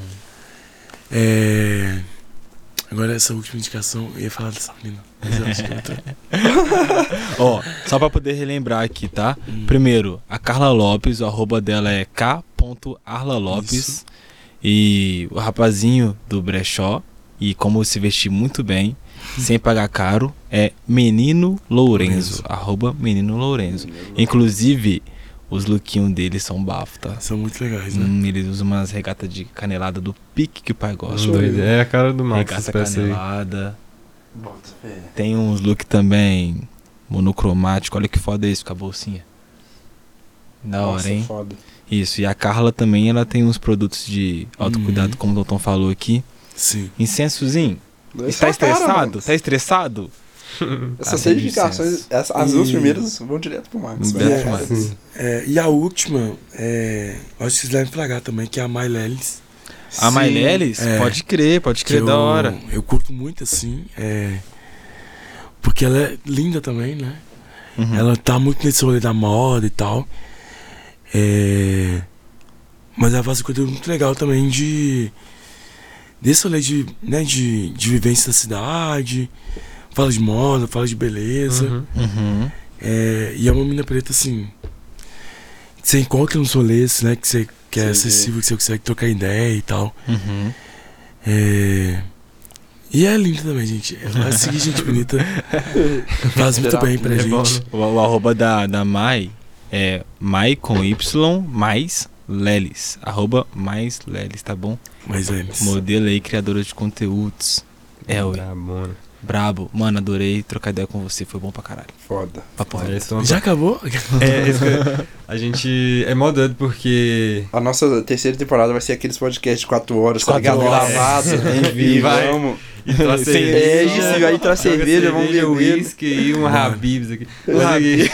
Agora essa última indicação, eu ia falar dessa menina. Mas eu acho que é outra. Ó, só pra poder relembrar aqui, tá? Primeiro, a Carla Lopes, o arroba dela é k.arlalopes. Isso. E o rapazinho do brechó, e como se vestir muito bem, sem pagar caro, é Menino Lourenço. Arroba Menino Lourenço. Inclusive, os lookinhos dele são bafo, tá? São muito legais, né? Eles usam umas regatas de canelada do pique que o pai gosta. Doido. É a cara do Max, Regata essa peça aí. canelada. Tem uns look também monocromático. Olha que foda esse com a bolsinha. Da hora, hein? Foda. Isso. E a Carla também, ela tem uns produtos de autocuidado, como o Doutor falou aqui. Sim. Incensozinho. Tá estressado? Tá estressado? Essas Acende certificações, as duas primeiras vão direto pro Max. Direto né? pro Max. Sim. E a última, acho que vocês devem flagar também, que é a My Lelis. A Mailelis? Pode crer da hora. Eu curto muito, assim, porque ela é linda também, né? Ela tá muito nesse rolê da moda e tal. Mas ela faz um conteúdo muito legal também desse rolê de vivência da cidade. Fala de moda, fala de beleza. E é uma mina preta, assim, que você encontra nos rolês, né? Que é acessível, que você consegue trocar ideia e tal. E é linda também, gente. Ela seguir gente bonita faz muito bem pra gente. Bom, né? O arroba da Mai é Mai com Y mais Lelis. Arroba mais Lelis, tá bom? Mais Lelis. Modelo aí, criadora de conteúdos. Ué. Tá bom. Brabo. Mano, adorei trocar ideia com você. Foi bom pra caralho. Foda. Papo reto. Isso é uma- Já acabou? A gente é mó doido porque A nossa terceira temporada vai ser aqueles podcasts de 4 horas, tá 4 ligado? horas. Gravado. Enfim, vai. Vamos. entrar Sem- cerveja, É isso, vai entrar cerveja, vamos beber. uísque e um Habib's aqui. Mas Habib's.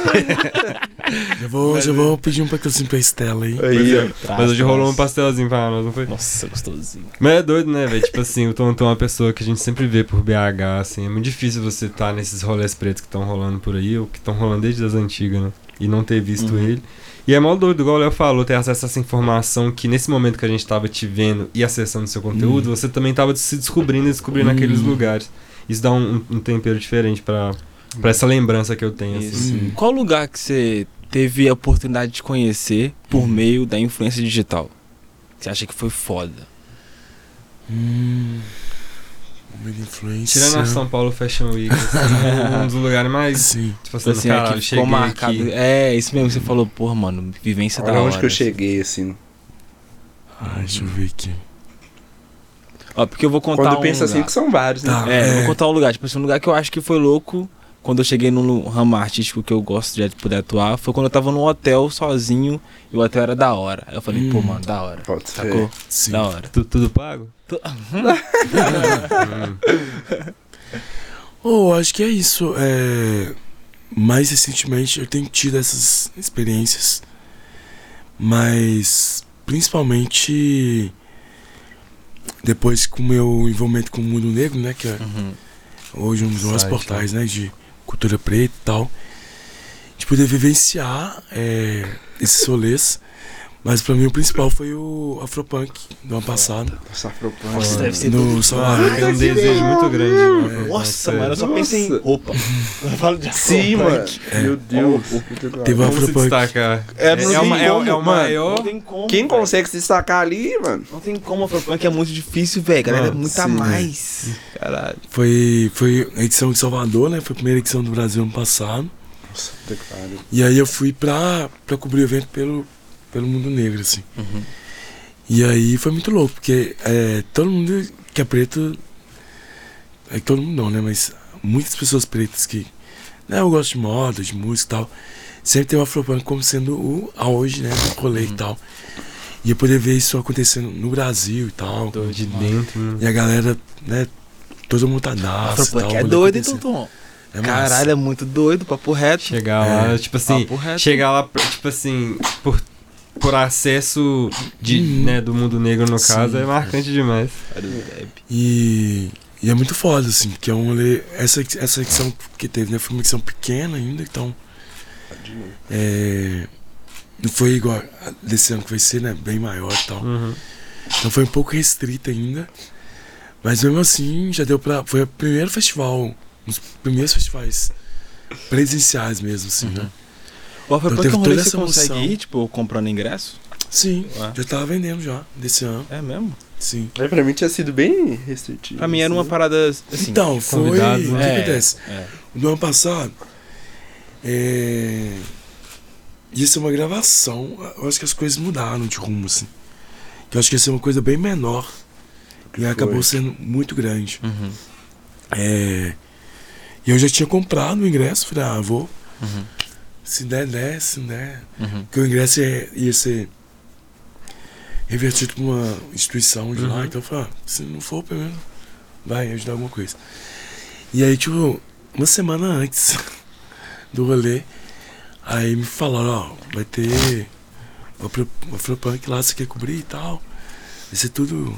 Já vou pedir um patrocínio pra Estela aí. Aí, ó. Mas hoje rolou um pastelzinho pra nós, não foi? Nossa, gostosinho. Mas é doido, né, velho? Tipo assim, o Tonton é uma pessoa que a gente sempre vê por BH, assim. É muito difícil você estar nesses rolês pretos que estão rolando por aí, ou que estão rolando desde as antigas, né? E não ter visto ele. E é mó doido, igual o Léo falou, ter acesso a essa informação que nesse momento que a gente tava te vendo e acessando seu conteúdo, você também tava se descobrindo e descobrindo aqueles lugares. Isso dá um tempero diferente pra essa lembrança que eu tenho, Isso. assim. Qual lugar que você teve a oportunidade de conhecer por meio da influência digital? Você acha que foi foda? Uma influência. Tirando a São Paulo Fashion Week, assim, um dos lugares mais, Sim. tipo assim, Assim, caralho, que cheguei ficou marcado. aqui. É, isso mesmo, você falou, porra, mano, vivência da Olha hora. onde que eu cheguei, assim. Deixa eu ver aqui. Ó, porque eu vou contar Quando um pensa assim, lugar. que são vários, né? Tá. Eu vou contar um lugar. Tipo assim, um lugar que eu acho que foi louco quando eu cheguei no ramo artístico que eu gosto de poder atuar. Foi quando eu tava num hotel sozinho e o hotel era da hora. Aí eu falei, pô, mano, da hora. Pode ser. Sacou? Sim. Da hora. Tudo pago? Acho que é isso. Mais recentemente eu tenho tido essas experiências, mas principalmente depois com o meu envolvimento com o mundo negro, né? Que hoje um dos maiores Site, portais, né, de cultura preta e tal, de poder vivenciar esses rolês. Mas pra mim o principal foi o Afropunk do ano passado. Nossa, Afropunk. Nossa, deve ser No Salvador. É um desejo muito grande. mano. Nossa, mano, eu só pensei em roupa. Eu falo de Sim, mano. Meu Deus. Teve o Vamos se Afropunk. destacar. Não o maior. Não tem como. Quem velho. consegue se destacar ali, mano? Não tem como, Afropunk é muito difícil, velho. Galera, é muito a sim. mais. Caralho. Foi a edição de Salvador, né? Foi a primeira edição do Brasil ano passado. Nossa, puta que pariu. E aí eu fui pra cobrir o evento pelo mundo negro, assim. E aí foi muito louco, porque todo mundo que é preto. Todo mundo não, né? Mas muitas pessoas pretas que. Né, eu gosto de moda, de música e tal. Sempre tem o Afropunk como sendo o auge, né? Do rolê e tal. E eu poder ver isso acontecendo no Brasil e tal. De dentro. né? E a galera, né? Todo mundo tá daço e tal. Afropunk é o rolê doido, hein, acontecendo. Tonton? É massa. Caralho, é muito doido, papo reto. Chegar lá, tipo assim, papo reto. chegar lá, tipo assim, por acesso né, do mundo negro, no Sim. caso, é marcante demais. E é muito foda, assim, porque é um rolê. Essa edição que teve, né? Foi uma edição pequena ainda, então. Não foi igual a desse ano que vai ser, né? Bem maior e tal. Então foi um pouco restrita ainda. Mas mesmo assim, já deu pra. Foi o primeiro festival. Um dos primeiros festivais presenciais mesmo, assim, né? O Afropunk teve é um rolê toda que você essa consegue emoção. ir, tipo, comprando ingresso? Sim, Ué. já tava vendendo já, desse ano. É mesmo? Sim. Aí pra mim tinha sido bem restritivo. Pra mim era uma assim. parada assim. Então, foi. O convidados, que né? acontece? No ano passado, ia ser uma gravação. Eu acho que as coisas mudaram de rumo, assim. Que eu acho que ia ser uma coisa bem menor. E acabou sendo muito grande. E eu já tinha comprado o ingresso. Falei, vou. Se der, se não der. Porque o ingresso ia ser revertido pra uma instituição de lá. Então eu falei, se não for, pelo menos vai ajudar alguma coisa. E aí, tipo, uma semana antes do rolê, aí me falaram, vai ter o Afropunk lá, você quer cobrir e tal. Vai ser tudo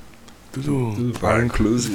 Para inclusive.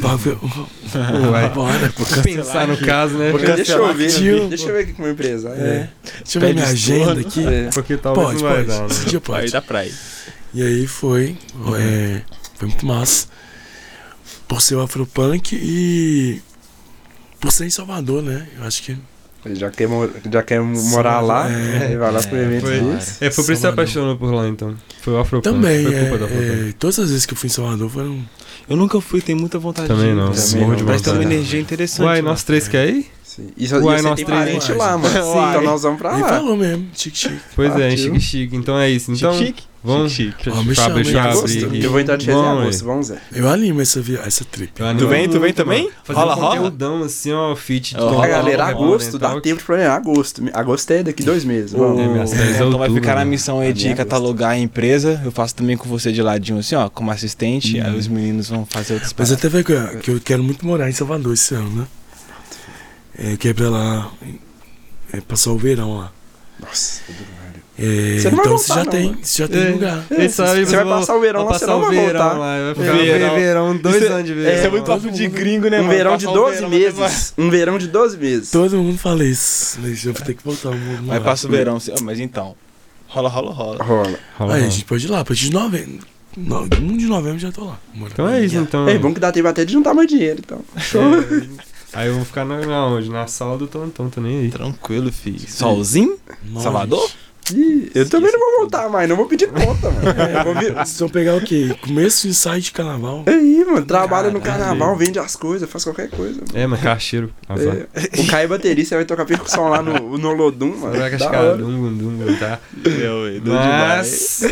Bora, Pensar no caso, né? Porque deixa eu ver. Tio. Deixa eu ver aqui com o meu empresário. Deixa eu ver minha agenda aqui. Porque talvez Pode, não vai pode. dar, né? Esse dia Aí pode. dá pra ir. E aí foi muito massa. Por ser o Afropunk e por ser em Salvador, né? Eu acho que Ele já quer morar lá. Vai lá pro evento Foi desse. por isso que você Salvador. apaixonou por lá, então. Foi o Afropunk. também, Foi culpa do Afropunk. todas as vezes que eu fui em Salvador foram. Eu nunca fui, tenho muita vontade Também de ir. não, Parece morro de Parece ter uma vontade. energia interessante. Uai, lá. nós três quer ir? Sim. E Uai, você nós tem três, parente uai. lá, mano. Uai. Então nós vamos pra Ele lá. falou mesmo, chique. Pois é, Partiu. chique. Então é isso. Então, Chique. vamos. Chique. Ó, me Pra chama, abrir, em pra agosto. abrir aqui. Eu vou entrar de férias em Vamos, agosto, vamos, Zé. Eu animo essa trip. Tu vem também? Fazer Rola, um rola? conteúdão assim, ó, fit. Ó, A galera, rola, agosto, então. dá tempo de planejar. Agosto é daqui 2 meses. Vamos. É, minhas férias é Então vai outubro, ficar na né? missão aí de catalogar a empresa. Eu faço também com você de ladinho, assim, ó, como assistente. Aí os meninos vão fazer outras Mas paradas. até ver que eu quero muito morar em Salvador esse ano, né? Eu quero ir pra lá, passar o verão lá. Nossa, Você não vai então voltar, você já tem lugar. Ele sabe, Você vai passar o verão lá, você não vai voltar. Vai ficar verão, 2 anos de verão. Isso é muito papo de gringo, né, Um mano? verão de Passar o 12 verão, meses. Um verão de 12 meses. Todo mundo fala isso. Mas eu vou ter que voltar. Vai passar o verão. Mas então, rola. Rola. Aí a gente pode ir lá, a partir de novembro. 1 de novembro já tô lá. morando. Então é isso, então. É bom que dá tempo até de juntar mais dinheiro, então. Show. Aí eu vou ficar onde? Na sala do Tonton, tô nem aí. Tranquilo, filho. Solzinho? Nossa. Salvador? Ih, eu também não vou voltar mais, não vou pedir conta, mano. Eu vou vir. Vocês vão pegar o quê? Começo de site de carnaval? Aí, mano, trabalha no Caralho. carnaval, vende as coisas, faz qualquer coisa. Mano. É, mas cacheiro. Azar. O Caio é baterista, vai tocar percussão lá no Lodum, mano. Vai Da cascar, hora. dum, tá? Meu, Mas...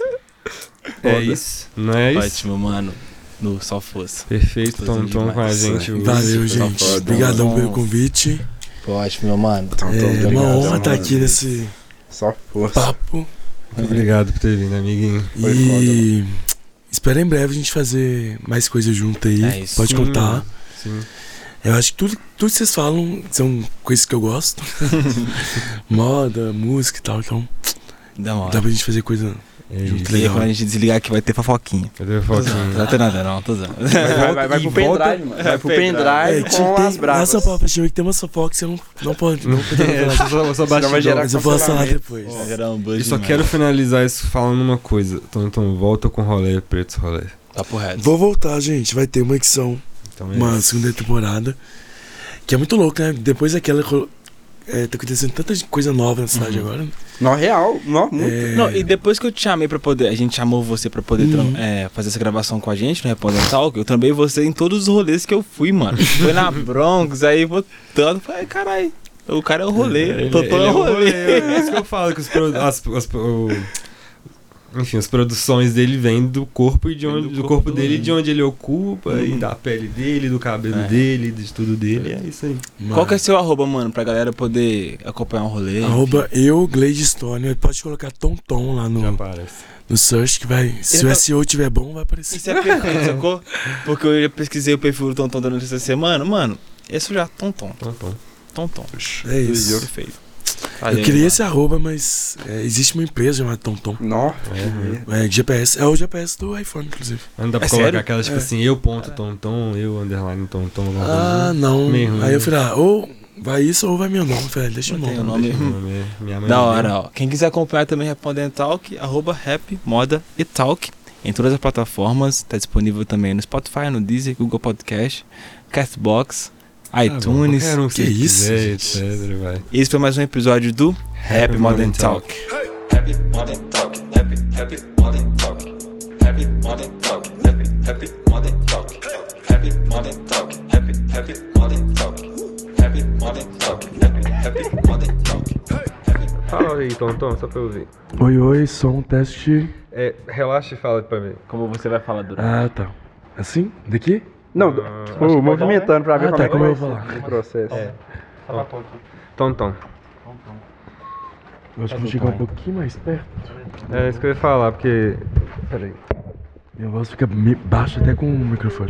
É isso, não é isso? Ótimo, mano. No Só Força. Perfeito, Fazendo Tonton com a demais. gente hoje. Valeu, gente. foda, Obrigadão mano. pelo convite. Ótimo, meu mano. Então, É uma obrigado, honra mano. estar aqui nesse Só força. papo. Muito obrigado por ter vindo, amiguinho. Foi E espero em breve a gente fazer mais coisas junto aí. É isso. Pode contar. Sim. Eu acho que tudo que vocês falam são coisas que eu gosto. Moda, música e tal. Então Da hora. dá pra gente fazer coisa isso. E aí, quando a gente desligar aqui, vai ter fofoquinha. Cadê a fotinha? Não tem nada, não, tô usando. Vai pro pendrive, mano. Vai pro pendrive tinha com que as ter, bravas. nessa fofoca, tinha que ter uma fofoca que você não pode. Não pode Só Senão vai gerar mas eu posso falar cancelamento. depois. Vai gerar um buzz Eu só demais. quero finalizar isso falando uma coisa. Então volta com rolê, pretos rolê. Papo reto. Vou voltar, gente. Vai ter uma edição, Então uma segunda temporada. Que é muito louco, né? Depois daquela. Tá acontecendo tanta coisa nova na cidade agora. Não, real. Não, muito. Não, e depois que eu te chamei pra poder, a gente chamou você pra poder fazer essa gravação com a gente no Repórter Talk, eu também você em todos os rolês que eu fui, mano. Foi na Bronx, aí voltando, falei, caralho, o cara é o rolê, Totó é o rolê. É isso que eu falo, que enfim, as produções dele vêm do corpo e do corpo dele, de onde ele ocupa, e da pele dele, do cabelo dele, de tudo dele, é isso aí. Qual que é seu arroba, mano, pra galera poder acompanhar um rolê? Arroba Gladstone. Pode colocar Tom lá Já no aparece. search que vai. Se o SEO tiver bom, vai aparecer. Isso é perfeito, sacou? Porque eu já pesquisei o perfil do Tonton durante essa semana, mano, esse já Tonton. É isso. Perfeito. Eu queria esse arroba, mas existe uma empresa chamada TomTom. Nó. GPS. É o GPS do iPhone, inclusive. Não dá pra É colocar sério? aquelas, tipo assim, eu ponto Tonton, eu underline Tonton. alguma coisa Ah, assim. não. Meio ruim. Aí eu falei, ou vai isso ou vai meu nome. Eu falei, deixa o Tem o nome. nome. Minha mãe Da me hora, ó. Quem quiser acompanhar também Respondendo Talk, arroba Rap, Moda e Talk. Em todas as plataformas. Tá disponível também no Spotify, no Deezer, Google Podcast, Castbox, iTunes. Qualquer um Que você isso, quiser, gente? etc, vai. Esse foi mais um episódio do Rap Modern Talk. Happy morning talk, happy morning talk, happy morning talk, happy morning talk, happy morning talk, happy morning talk, happy morning talk, happy morning talk. Fala aí, Tonton, só pra eu ouvir. Oi, som, teste. Relaxa e fala pra mim. Como você vai falar durante? Ah, tá. Assim? Daqui? Não, movimentando pra ver Ah, como tá, é que como vai eu vou falar. ser o processo. Tonton. Eu acho que vou chegar um pouquinho mais perto. É isso que eu ia falar, porque... Peraí. Minha voz fica baixa até com o microfone.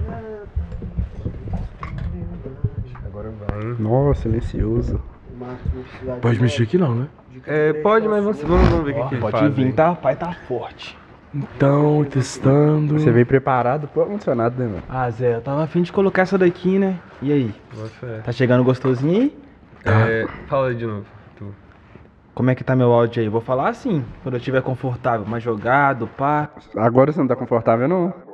Agora vai, hein? Nossa, silencioso. Pode mexer aqui não, né? Pode, mas vamos ver o que ele faz. aí. tá? Pai tá forte. Então, testando. Você veio preparado pro ar-condicionado, né, mano? Ah, Zé, eu tava afim de colocar essa daqui, né? E aí? Boa fé. Tá chegando gostosinho aí? Fala aí de novo. Tu. Como é que tá meu áudio aí? Vou falar assim, quando eu estiver confortável, mais jogado, pá. Agora você não tá confortável, não?